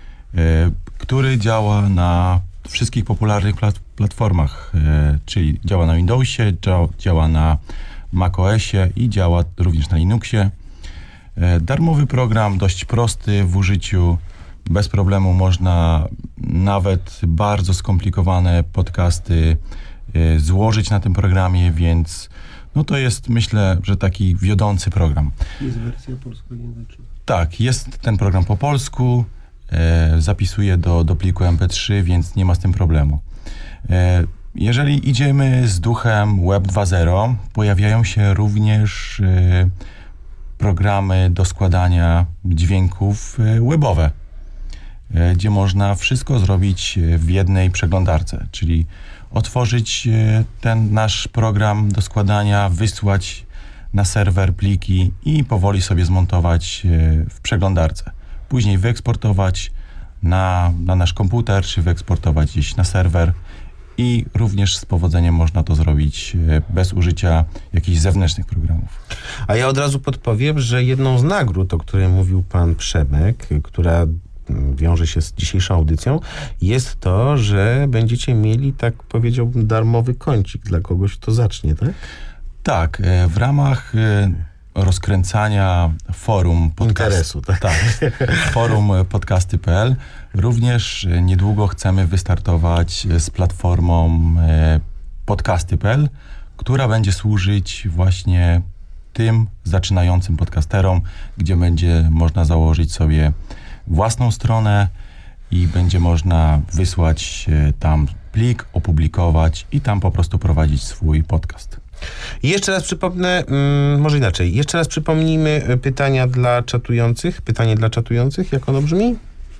który działa na wszystkich popularnych plat, platformach, y, czyli działa na Windowsie, działa, działa na macOSie i działa również na Linuxie. Y, darmowy program, dość prosty w użyciu, bez problemu można nawet bardzo skomplikowane podcasty y, złożyć na tym programie, więc no to jest, myślę, że taki wiodący program. Jest wersja polskojęzyczna. Tak, jest ten program po polsku, e, zapisuje do, do pliku em pe trzy, więc nie ma z tym problemu. E, jeżeli idziemy z duchem Web dwa zero, pojawiają się również e, programy do składania dźwięków e, webowe, e, gdzie można wszystko zrobić w jednej przeglądarce, czyli otworzyć e, ten nasz program do składania, wysłać na serwer pliki i powoli sobie zmontować e, w przeglądarce. Później wyeksportować na, na nasz komputer, czy wyeksportować gdzieś na serwer i również z powodzeniem można to zrobić bez użycia jakichś zewnętrznych programów. A ja od razu podpowiem, że jedną z nagród, o której mówił pan Przemek, która wiąże się z dzisiejszą audycją, jest to, że będziecie mieli, tak powiedziałbym, darmowy kącik dla kogoś, kto zacznie, tak? Tak, w ramach rozkręcania forum podcast, interesu, tak? tak forum podcasty kropka p l również niedługo chcemy wystartować z platformą podcasty kropka p l, która będzie służyć właśnie tym zaczynającym podcasterom, gdzie będzie można założyć sobie własną stronę i będzie można wysłać tam plik, opublikować i tam po prostu prowadzić swój podcast. I jeszcze raz przypomnę, hmm, może inaczej, jeszcze raz przypomnijmy pytania dla czatujących. Pytanie dla czatujących, jak ono brzmi?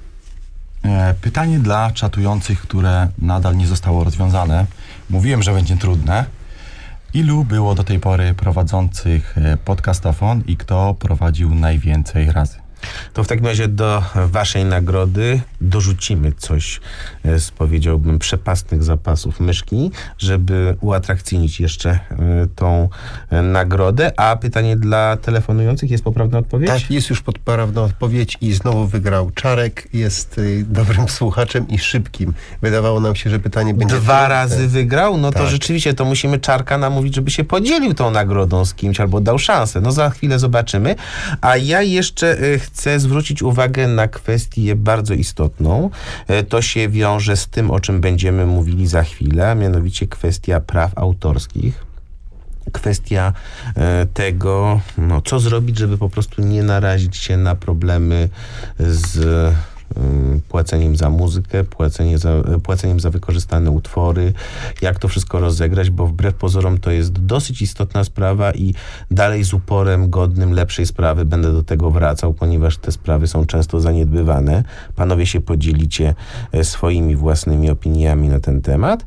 E, pytanie dla czatujących, które nadal nie zostało rozwiązane. Mówiłem, że będzie trudne. Ilu było do tej pory prowadzących podcastofon i kto prowadził najwięcej razy? To w takim razie do waszej nagrody dorzucimy coś z, powiedziałbym, przepastnych zapasów myszki, żeby uatrakcyjnić jeszcze y, tą y, nagrodę. A pytanie dla telefonujących, jest poprawna odpowiedź? Tak, jest już poprawna odpowiedź i znowu wygrał Czarek. Jest y, dobrym słuchaczem i szybkim. Wydawało nam się, że pytanie będzie... Dwa trudne. razy wygrał? No tak. To rzeczywiście to musimy Czarka namówić, żeby się podzielił tą nagrodą z kimś albo dał szansę. No za chwilę zobaczymy. A ja jeszcze y, chcę zwrócić uwagę na kwestię bardzo istotną. To się wiąże z tym, o czym będziemy mówili za chwilę, a mianowicie kwestia praw autorskich. Kwestia e, tego, no, co zrobić, żeby po prostu nie narazić się na problemy z płaceniem za muzykę, płacenie za, płaceniem za wykorzystane utwory, jak to wszystko rozegrać, bo wbrew pozorom to jest dosyć istotna sprawa i dalej z uporem godnym lepszej sprawy będę do tego wracał, ponieważ te sprawy są często zaniedbywane. Panowie się podzielicie swoimi własnymi opiniami na ten temat,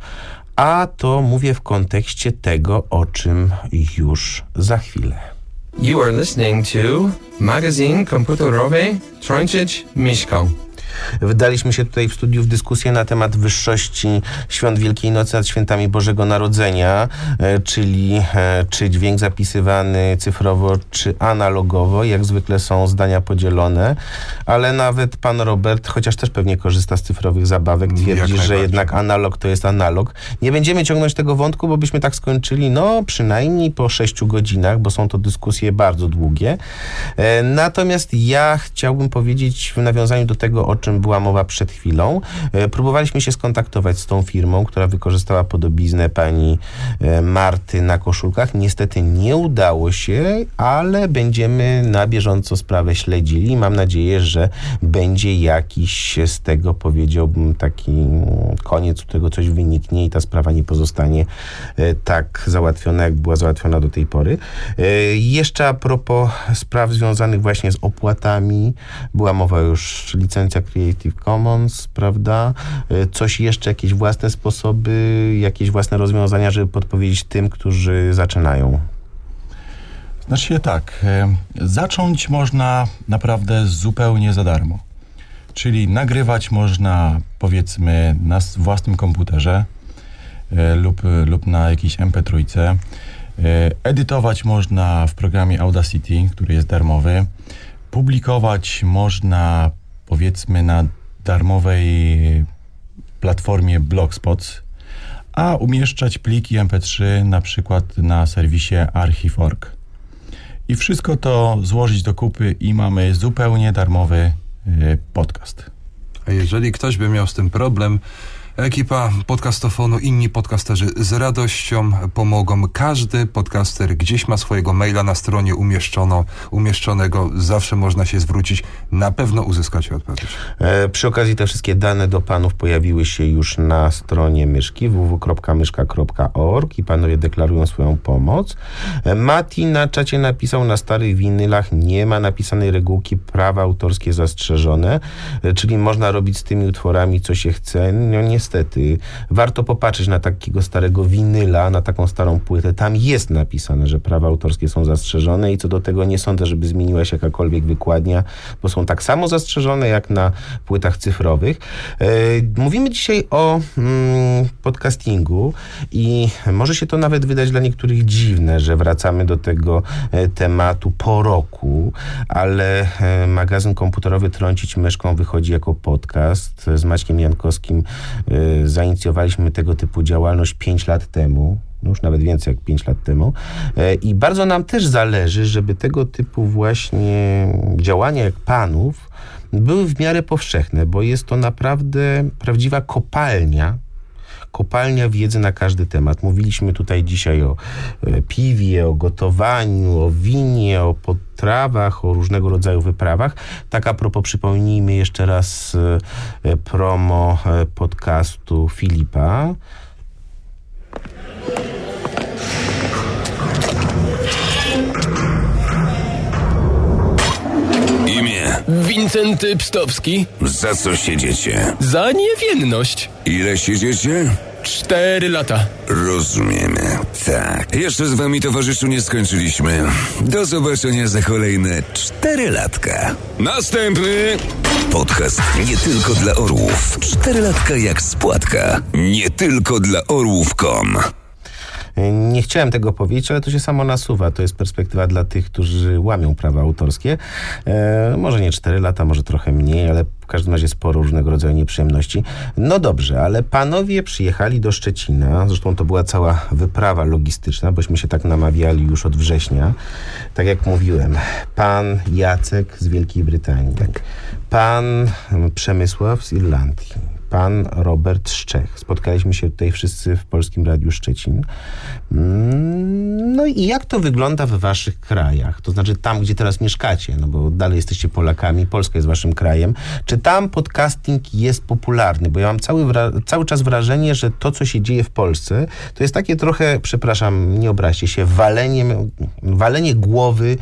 a to mówię w kontekście tego, o czym już za chwilę. You are listening to magazyn komputerowy Trącić Myszką. Wydaliśmy się tutaj w studiu w dyskusję na temat wyższości świąt Wielkiej Nocy nad świętami Bożego Narodzenia, e, czyli e, czy dźwięk zapisywany cyfrowo, czy analogowo. Jak zwykle są zdania podzielone, ale nawet pan Robert, chociaż też pewnie korzysta z cyfrowych zabawek, twierdzi, że jednak analog to jest analog. Nie będziemy ciągnąć tego wątku, bo byśmy tak skończyli, no przynajmniej po sześciu godzinach, bo są to dyskusje bardzo długie. E, natomiast ja chciałbym powiedzieć w nawiązaniu do tego, o czym była mowa przed chwilą. E, próbowaliśmy się skontaktować z tą firmą, która wykorzystała podobiznę pani e, Marty na koszulkach. Niestety nie udało się, ale będziemy na bieżąco sprawę śledzili. Mam nadzieję, że będzie jakiś z tego, powiedziałbym, taki koniec, z którego coś wyniknie i ta sprawa nie pozostanie e, tak załatwiona, jak była załatwiona do tej pory. E, jeszcze a propos spraw związanych właśnie z opłatami. Była mowa już licencja Creative Commons, prawda? Coś jeszcze, jakieś własne sposoby, jakieś własne rozwiązania, żeby podpowiedzieć tym, którzy zaczynają? Znaczy się tak, zacząć można naprawdę zupełnie za darmo. Czyli nagrywać można, powiedzmy, na własnym komputerze lub, lub na jakiejś em pe trzy. Edytować można w programie Audacity, który jest darmowy. Publikować można, powiedzmy, na darmowej platformie Blogspot, a umieszczać pliki em pe trzy na przykład na serwisie archive kropka org. I wszystko to złożyć do kupy i mamy zupełnie darmowy y, podcast. A jeżeli ktoś by miał z tym problem, Ekipa podcastofonu, inni podcasterzy z radością pomogą. Każdy podcaster gdzieś ma swojego maila na stronie umieszczono, umieszczonego. Zawsze można się zwrócić. Na pewno uzyskacie odpowiedź. E, przy okazji te wszystkie dane do panów pojawiły się już na stronie Myszki w w w kropka myszka kropka org i panowie deklarują swoją pomoc. E, Mati na czacie napisał: na starych winylach nie ma napisanej regułki prawa autorskie zastrzeżone, e, czyli można robić z tymi utworami co się chce. No niestety. Warto popatrzeć na takiego starego winyla, na taką starą płytę. Tam jest napisane, że prawa autorskie są zastrzeżone i co do tego nie sądzę, żeby zmieniła się jakakolwiek wykładnia, bo są tak samo zastrzeżone jak na płytach cyfrowych. E, mówimy dzisiaj o mm, podcastingu i może się to nawet wydać dla niektórych dziwne, że wracamy do tego e, tematu po roku, ale e, magazyn komputerowy Trącić Myszką wychodzi jako podcast. Z Maćkiem Jankowskim e, zainicjowaliśmy tego typu działalność pięć lat temu. No już nawet więcej jak pięć lat temu. I bardzo nam też zależy, żeby tego typu właśnie działania jak panów były w miarę powszechne, bo jest to naprawdę prawdziwa kopalnia, kopalnia wiedzy na każdy temat. Mówiliśmy tutaj dzisiaj o piwie, o gotowaniu, o winie, o potrawach, o różnego rodzaju wyprawach. Tak a propos, przypomnijmy jeszcze raz promo podcastu Filipa. Imię? Wincenty Pstowski. Za co siedziecie? Za niewinność. Ile siedziecie? Cztery lata. Rozumiemy. Tak. Jeszcze z wami, towarzyszu, nie skończyliśmy. Do zobaczenia za kolejne cztery latka. Następny! Podcast nie tylko dla orłów. Cztery latka jak spłatka. Nie tylko dla orłów kropka com. Nie chciałem tego powiedzieć, ale to się samo nasuwa. To jest perspektywa dla tych, którzy łamią prawa autorskie. E, może nie cztery lata, może trochę mniej, ale w każdym razie sporo różnego rodzaju nieprzyjemności. No dobrze, ale panowie przyjechali do Szczecina. Zresztą to była cała wyprawa logistyczna, bośmy się tak namawiali już od września. Tak jak mówiłem, pan Jacek z Wielkiej Brytanii, tak. Pan Przemysław z Irlandii, pan Robert z Czech. Spotkaliśmy się tutaj wszyscy w Polskim Radiu Szczecin. No i jak to wygląda w waszych krajach? To znaczy tam, gdzie teraz mieszkacie, no bo dalej jesteście Polakami, Polska jest waszym krajem. Czy tam podcasting jest popularny? Bo ja mam cały, cały czas wrażenie, że to, co się dzieje w Polsce, to jest takie trochę, przepraszam, nie obraźcie się, walenie, walenie głowy,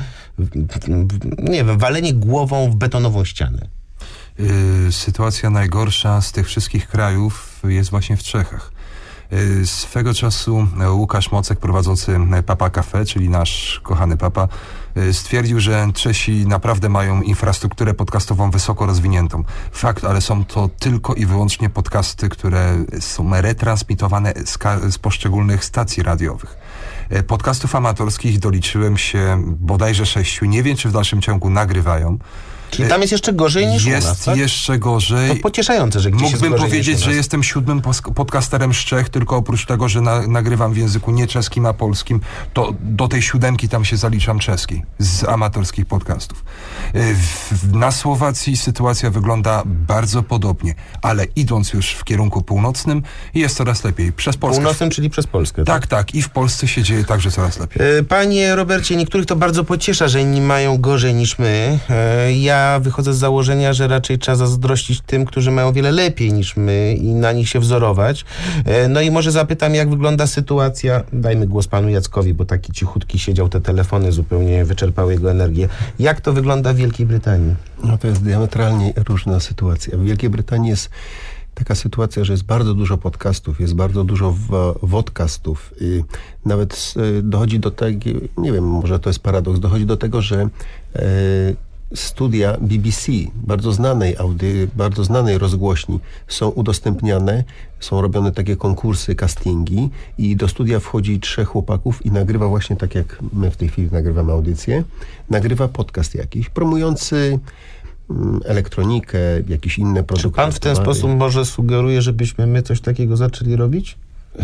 nie wiem, walenie głową w betonową ścianę. Sytuacja najgorsza z tych wszystkich krajów jest właśnie w Czechach. Swego czasu Łukasz Mocek, prowadzący Papa Cafe, czyli nasz kochany Papa, stwierdził, że Czesi naprawdę mają infrastrukturę podcastową wysoko rozwiniętą. Fakt, ale są to tylko i wyłącznie podcasty, które są retransmitowane z, z poszczególnych stacji radiowych. Podcastów amatorskich doliczyłem się bodajże sześciu. Nie wiem, czy w dalszym ciągu nagrywają. Czyli tam jest jeszcze gorzej niż jest u nas, tak? Jest jeszcze gorzej. To pocieszające, że gdzieś Mógłbym jest gorzej powiedzieć, niż u nas. że jestem siódmym podcasterem z Czech, tylko oprócz tego, że na, nagrywam w języku nie czeskim, a polskim, to do tej siódemki tam się zaliczam czeski z amatorskich podcastów. W, na Słowacji sytuacja wygląda bardzo podobnie, ale idąc już w kierunku północnym jest coraz lepiej. Przez Polskę. Północnym, czyli przez Polskę. Tak, tak, tak. I w Polsce się dzieje także coraz lepiej. Panie Robercie, niektórych to bardzo pociesza, że inni mają gorzej niż my. Ja Ja wychodzę z założenia, że raczej trzeba zazdrościć tym, którzy mają wiele lepiej niż my i na nich się wzorować. No i może zapytam, jak wygląda sytuacja. Dajmy głos panu Jackowi, bo taki cichutki siedział, te telefony zupełnie wyczerpały jego energię. Jak to wygląda w Wielkiej Brytanii? No to jest diametralnie różna sytuacja. W Wielkiej Brytanii jest taka sytuacja, że jest bardzo dużo podcastów, jest bardzo dużo wodcastów i nawet dochodzi do tego, nie wiem, może to jest paradoks, dochodzi do tego, że e, studia B B C, bardzo znanej audy, bardzo znanej rozgłośni, są udostępniane, są robione takie konkursy, castingi i do studia wchodzi trzech chłopaków i nagrywa właśnie tak, jak my w tej chwili nagrywamy audycję, nagrywa podcast jakiś, promujący mm, elektronikę, jakieś inne produkty. Czy pan w ten sposób może sugeruje, żebyśmy my coś takiego zaczęli robić?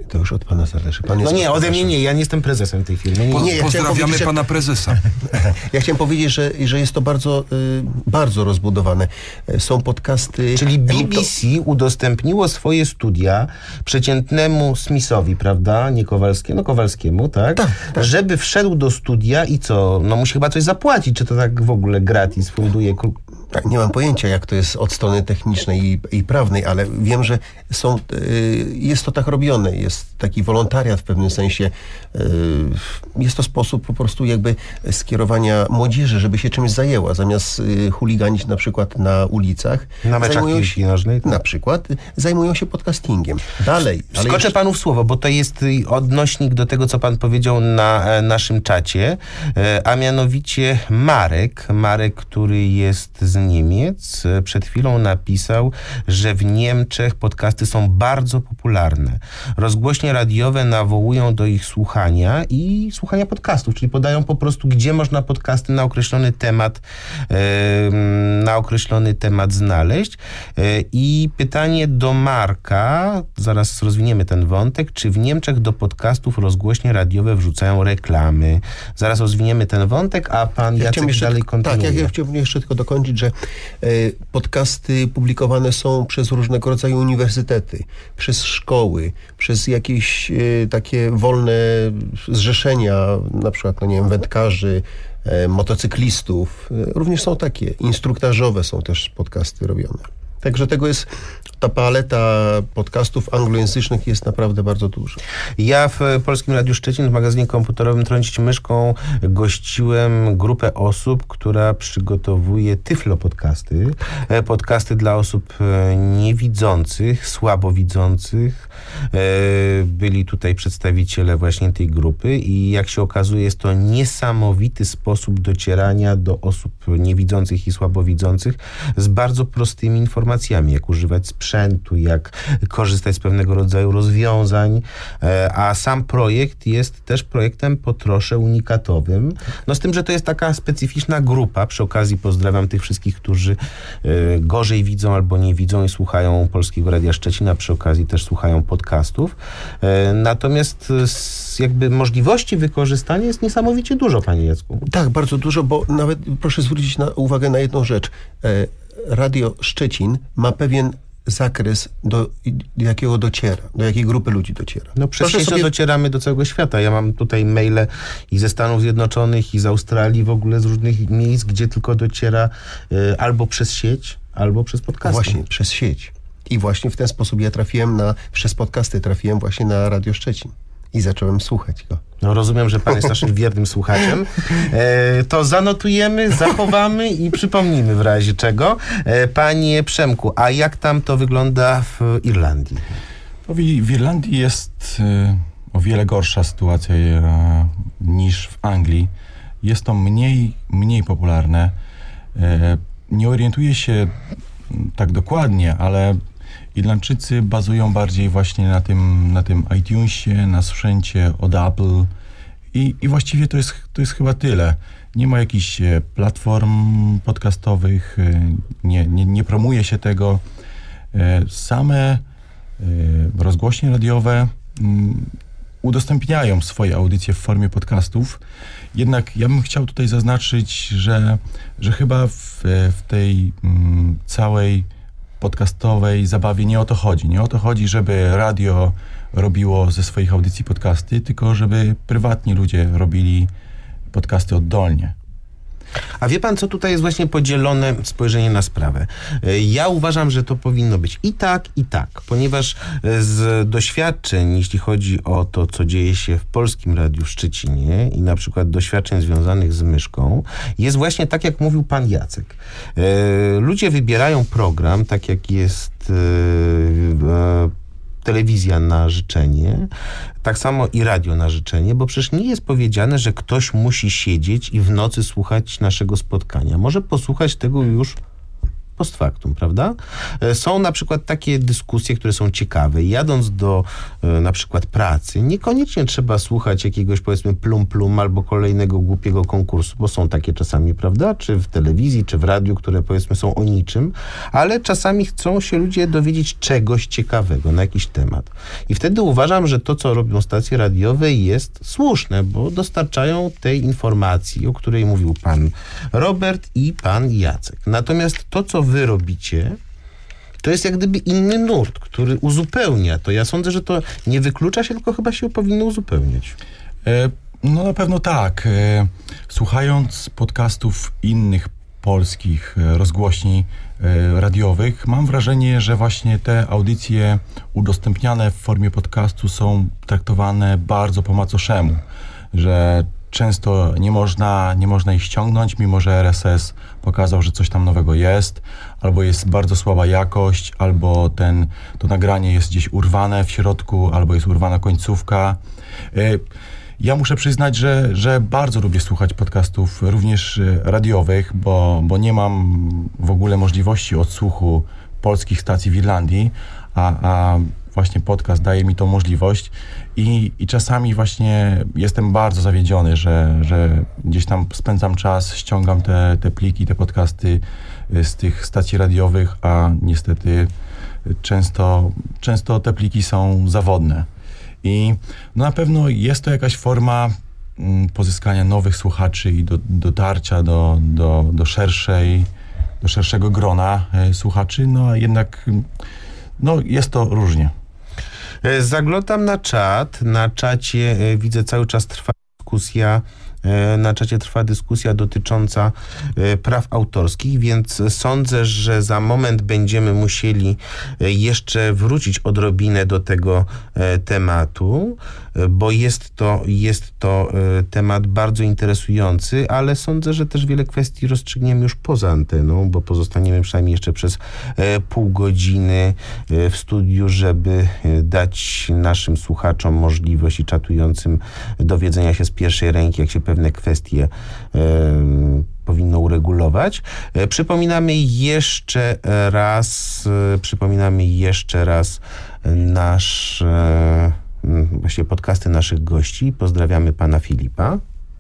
To już od pana serdecznie. Pan jest no nie, ode mnie nie, ja nie jestem prezesem tej firmy. Nie, Po, nie, ja pozdrawiamy że... pana prezesa. Ja chciałem powiedzieć, że, że jest to bardzo, y, bardzo rozbudowane. Są podcasty... Czyli B B C udostępniło swoje studia przeciętnemu Smithowi, prawda? Nie Kowalskiemu, no Kowalskiemu, tak? Tak, tak? Żeby wszedł do studia i co? No musi chyba coś zapłacić, czy to tak w ogóle gratis funduje... Tak, nie mam pojęcia, jak to jest od strony technicznej i, i prawnej, ale wiem, że są, y, jest to tak robione. Jest taki wolontariat w pewnym sensie. Y, jest to sposób po prostu jakby skierowania młodzieży, żeby się czymś zajęła. Zamiast y, chuliganić na przykład na ulicach. Na meczach piłki nożnej. Na przykład y, zajmują się podcastingiem. Dalej. Ale Skoczę jeszcze... panu w słowo, bo to jest odnośnik do tego, co pan powiedział na e, naszym czacie, e, a mianowicie Marek, Marek, który jest z Niemiec, przed chwilą napisał, że w Niemczech podcasty są bardzo popularne. Rozgłośnie radiowe nawołują do ich słuchania i słuchania podcastów, czyli podają po prostu, gdzie można podcasty na określony temat yy, na określony temat znaleźć. Yy, I pytanie do Marka, zaraz rozwiniemy ten wątek, czy w Niemczech do podcastów rozgłośnie radiowe wrzucają reklamy? Zaraz rozwiniemy ten wątek, a pan Ja Jacek jeszcze, dalej kontynuuje. Tak, ja chciałbym jeszcze tylko dokończyć, że y, podcasty publikowane są przez różnego rodzaju uniwersytety, przez szkoły, przez jakieś y, takie wolne zrzeszenia, na przykład, no nie wiem, wędkarzy, y, motocyklistów. Y, również są takie, instruktażowe są też podcasty robione. Także tego jest, ta paleta podcastów anglojęzycznych jest naprawdę bardzo duża. Ja w Polskim Radiu Szczecin w magazynie komputerowym Trącić Myszką gościłem grupę osób, która przygotowuje tyflo podcasty. Podcasty dla osób niewidzących, słabowidzących. Byli tutaj przedstawiciele właśnie tej grupy i jak się okazuje, jest to niesamowity sposób docierania do osób niewidzących i słabowidzących z bardzo prostymi informacjami, jak używać sprzętu, jak korzystać z pewnego rodzaju rozwiązań, a sam projekt jest też projektem po trosze unikatowym. No z tym, że to jest taka specyficzna grupa. Przy okazji pozdrawiam tych wszystkich, którzy gorzej widzą albo nie widzą i słuchają Polskiego Radia Szczecin, a przy okazji też słuchają podcastów. Natomiast jakby możliwości wykorzystania jest niesamowicie dużo, panie Jacku. Tak, bardzo dużo, bo nawet proszę zwrócić na, uwagę na jedną rzecz. Radio Szczecin ma pewien zakres, do jakiego dociera, do jakiej grupy ludzi dociera. No przez Proszę sieć sobie... docieramy do całego świata. Ja mam tutaj maile i ze Stanów Zjednoczonych, i z Australii, w ogóle z różnych miejsc, gdzie tylko dociera y, albo przez sieć, albo przez podcasty. Właśnie, przez sieć. I właśnie w ten sposób ja trafiłem na, przez podcasty trafiłem właśnie na Radio Szczecin. I zacząłem słuchać go. No rozumiem, że pan jest naszym wiernym słuchaczem. E, to zanotujemy, zachowamy i przypomnimy w razie czego. E, panie Przemku, a jak tam to wygląda w Irlandii? W, w Irlandii jest y, o wiele gorsza sytuacja y, niż w Anglii. Jest to mniej, mniej popularne. Y, nie orientuję się tak dokładnie, ale Irlandczycy bazują bardziej właśnie na tym, na tym iTunesie, na sprzęcie od Apple i, i właściwie to jest, to jest chyba tyle. Nie ma jakichś platform podcastowych, nie, nie, nie promuje się tego. Same rozgłośnie radiowe udostępniają swoje audycje w formie podcastów. Jednak ja bym chciał tutaj zaznaczyć, że, że chyba w, w tej m, całej podcastowej zabawie nie o to chodzi. Nie o to chodzi, żeby radio robiło ze swoich audycji podcasty, tylko żeby prywatni ludzie robili podcasty oddolnie. A wie pan, co tutaj jest właśnie podzielone spojrzenie na sprawę? Ja uważam, że to powinno być i tak, i tak, ponieważ z doświadczeń, jeśli chodzi o to, co dzieje się w Polskim Radiu w Szczecinie i na przykład doświadczeń związanych z myszką, jest właśnie tak, jak mówił pan Jacek. Ludzie wybierają program, tak jak jest telewizja na życzenie, tak samo i radio na życzenie, bo przecież nie jest powiedziane, że ktoś musi siedzieć i w nocy słuchać naszego spotkania. Może posłuchać tego już post factum, prawda? Są na przykład takie dyskusje, które są ciekawe. Jadąc do na przykład pracy, niekoniecznie trzeba słuchać jakiegoś, powiedzmy, plum plum albo kolejnego głupiego konkursu, bo są takie czasami, prawda? Czy w telewizji, czy w radiu, które, powiedzmy, są o niczym, ale czasami chcą się ludzie dowiedzieć czegoś ciekawego na jakiś temat. I wtedy uważam, że to, co robią stacje radiowe, jest słuszne, bo dostarczają tej informacji, o której mówił pan Robert i pan Jacek. Natomiast to, co wy robicie, to jest jak gdyby inny nurt, który uzupełnia to. Ja sądzę, że to nie wyklucza się, tylko chyba się powinno uzupełniać. E, no na pewno tak. E, słuchając podcastów innych polskich e, rozgłośni e, radiowych, mam wrażenie, że właśnie te audycje udostępniane w formie podcastu są traktowane bardzo po macoszemu, że często nie można, nie można ich ściągnąć, mimo że R S S pokazał, że coś tam nowego jest, albo jest bardzo słaba jakość, albo ten, to nagranie jest gdzieś urwane w środku, albo jest urwana końcówka. Ja muszę przyznać, że, że bardzo lubię słuchać podcastów również radiowych, bo, bo nie mam w ogóle możliwości odsłuchu polskich stacji w Irlandii, a, a właśnie podcast daje mi tą możliwość i, i czasami właśnie jestem bardzo zawiedziony, że, że gdzieś tam spędzam czas, ściągam te, te pliki, te podcasty z tych stacji radiowych, a niestety często, często te pliki są zawodne. I no na pewno jest to jakaś forma mm, pozyskania nowych słuchaczy i do, dotarcia do, do, do, szerszej, do szerszego grona y, słuchaczy, no a jednak no, jest to różnie. Zaglądam na czat. Na czacie widzę, cały czas trwa dyskusja. Na czacie trwa dyskusja dotycząca praw autorskich, więc sądzę, że za moment będziemy musieli jeszcze wrócić odrobinę do tego tematu, bo jest to, jest to temat bardzo interesujący, ale sądzę, że też wiele kwestii rozstrzygniemy już poza anteną, bo pozostaniemy przynajmniej jeszcze przez pół godziny w studiu, żeby dać naszym słuchaczom możliwość i czatującym dowiedzenia się z pierwszej ręki, jak się pewne kwestie e, powinno uregulować. E, przypominamy jeszcze raz, e, przypominamy jeszcze raz nasz, e, właśnie podcasty naszych gości. Pozdrawiamy pana Filipa.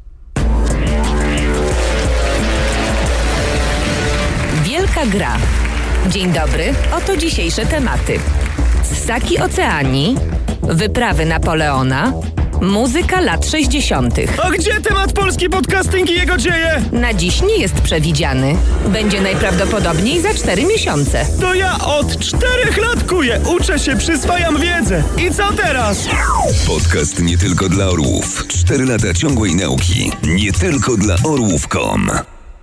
Wielka gra. Dzień dobry, oto dzisiejsze tematy. Ssaki Oceanii, wyprawy Napoleona, muzyka lat sześćdziesiątych. A gdzie temat polski podcasting i jego dzieje? Na dziś nie jest przewidziany. Będzie najprawdopodobniej za cztery miesiące. To ja od czterech lat kuję, uczę się, przyswajam wiedzę. I co teraz? Podcast nie tylko dla orłów. Cztery lata ciągłej nauki. Nie tylko dla orłów kropka com.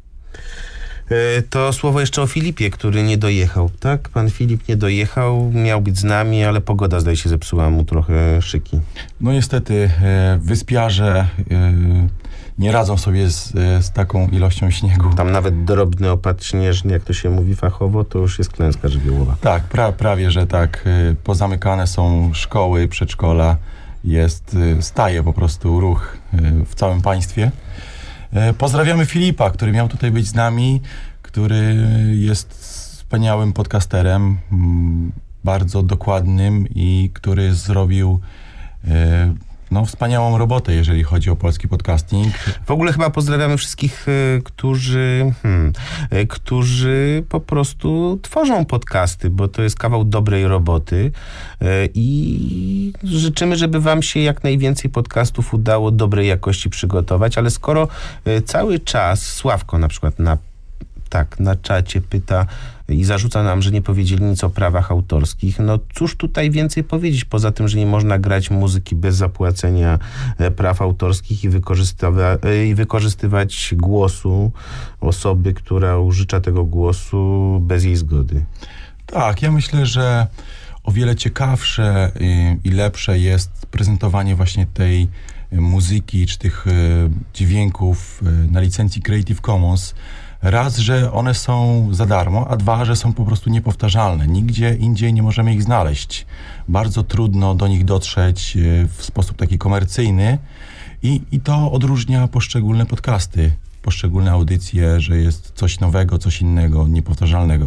To słowo jeszcze o Filipie, który nie dojechał, tak? Pan Filip nie dojechał, miał być z nami, ale pogoda, zdaje się, zepsuła mu trochę szyki. No niestety, e, wyspiarze e, nie radzą sobie z, z taką ilością śniegu. Tam nawet drobny opad śnieżny, jak to się mówi fachowo, to już jest klęska żywiołowa. Tak, pra, prawie, że tak. E, pozamykane są szkoły, przedszkola, jest, e, staje po prostu ruch e, w całym państwie. Pozdrawiamy Filipa, który miał tutaj być z nami, który jest wspaniałym podcasterem, bardzo dokładnym i który zrobił no, wspaniałą robotę, jeżeli chodzi o polski podcasting. W ogóle chyba pozdrawiamy wszystkich, którzy, hmm, którzy po prostu tworzą podcasty, bo to jest kawał dobrej roboty i życzymy, żeby wam się jak najwięcej podcastów udało dobrej jakości przygotować, ale skoro cały czas Sławko na przykład na tak, na czacie pyta i zarzuca nam, że nie powiedzieli nic o prawach autorskich. No cóż tutaj więcej powiedzieć, poza tym, że nie można grać muzyki bez zapłacenia praw autorskich i, wykorzystywa- i wykorzystywać głosu osoby, która użycza tego głosu bez jej zgody. Tak, ja myślę, że o wiele ciekawsze i, i lepsze jest prezentowanie właśnie tej muzyki czy tych e, dźwięków e, na licencji Creative Commons. Raz, że one są za darmo, a dwa, że są po prostu niepowtarzalne. Nigdzie indziej nie możemy ich znaleźć. Bardzo trudno do nich dotrzeć w sposób taki komercyjny i, i to odróżnia poszczególne podcasty, poszczególne audycje, że jest coś nowego, coś innego, niepowtarzalnego.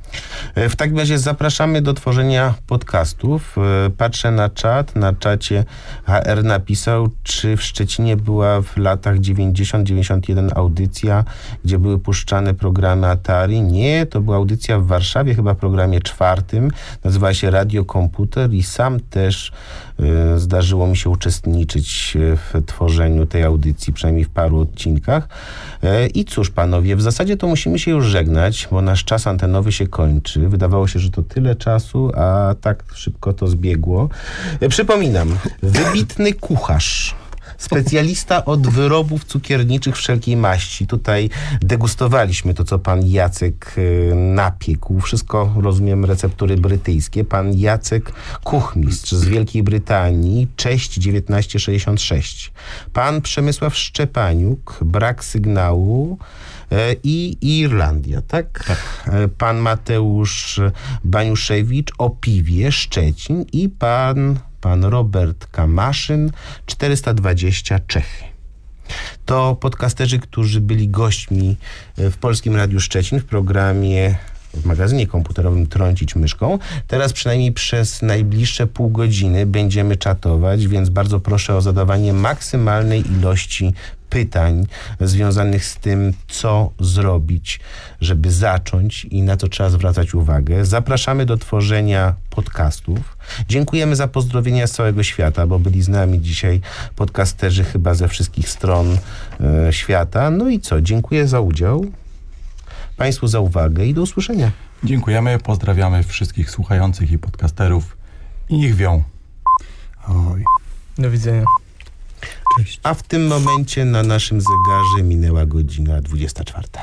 W takim razie zapraszamy do tworzenia podcastów. Patrzę na czat. Na czacie H R napisał, czy w Szczecinie była w latach dziewięćdziesiąt dziewięćdziesiąt jeden audycja, gdzie były puszczane programy Atari. Nie, to była audycja w Warszawie, chyba w programie czwartym. Nazywała się Radio Komputer i sam też y, zdarzyło mi się uczestniczyć w tworzeniu tej audycji, przynajmniej w paru odcinkach. Y, I cóż, panowie, w zasadzie to musimy się już żegnać, bo nasz czas antenowy się kończy. Wydawało się, że to tyle czasu, a tak szybko to zbiegło. Y, przypominam, wybitny kucharz, specjalista od wyrobów cukierniczych wszelkiej maści. Tutaj degustowaliśmy to, co pan Jacek y, napiekł. Wszystko, rozumiem, receptury brytyjskie. Pan Jacek Kuchmistrz z Wielkiej Brytanii, Cześć dziewiętnaście sześćdziesiąt sześć. Pan Przemysław Szczepaniuk, Brak sygnału y, i Irlandia, tak? tak? Y, pan Mateusz Baniuszewicz o piwie, Szczecin i pan pan Robert Kamaszyn, czterysta dwadzieścia, Czechy. To podcasterzy, którzy byli gośćmi w Polskim Radiu Szczecin w programie, w magazynie komputerowym Trącić myszką. Teraz przynajmniej przez najbliższe pół godziny będziemy czatować, więc bardzo proszę o zadawanie maksymalnej ilości pytań związanych z tym, co zrobić, żeby zacząć i na co trzeba zwracać uwagę. Zapraszamy do tworzenia podcastów. Dziękujemy za pozdrowienia z całego świata, bo byli z nami dzisiaj podcasterzy chyba ze wszystkich stron e, świata. No i co? Dziękuję za udział, państwu za uwagę i do usłyszenia. Dziękujemy, pozdrawiamy wszystkich słuchających i podcasterów i niech wią. Oj. Do widzenia. Cześć. A w tym momencie na naszym zegarze minęła godzina dwudziesta czwarta.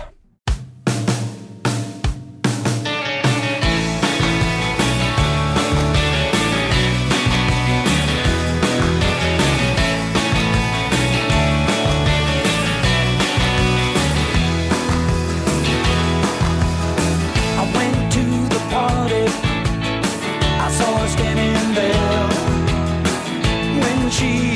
I went to the party. I saw her standing there when she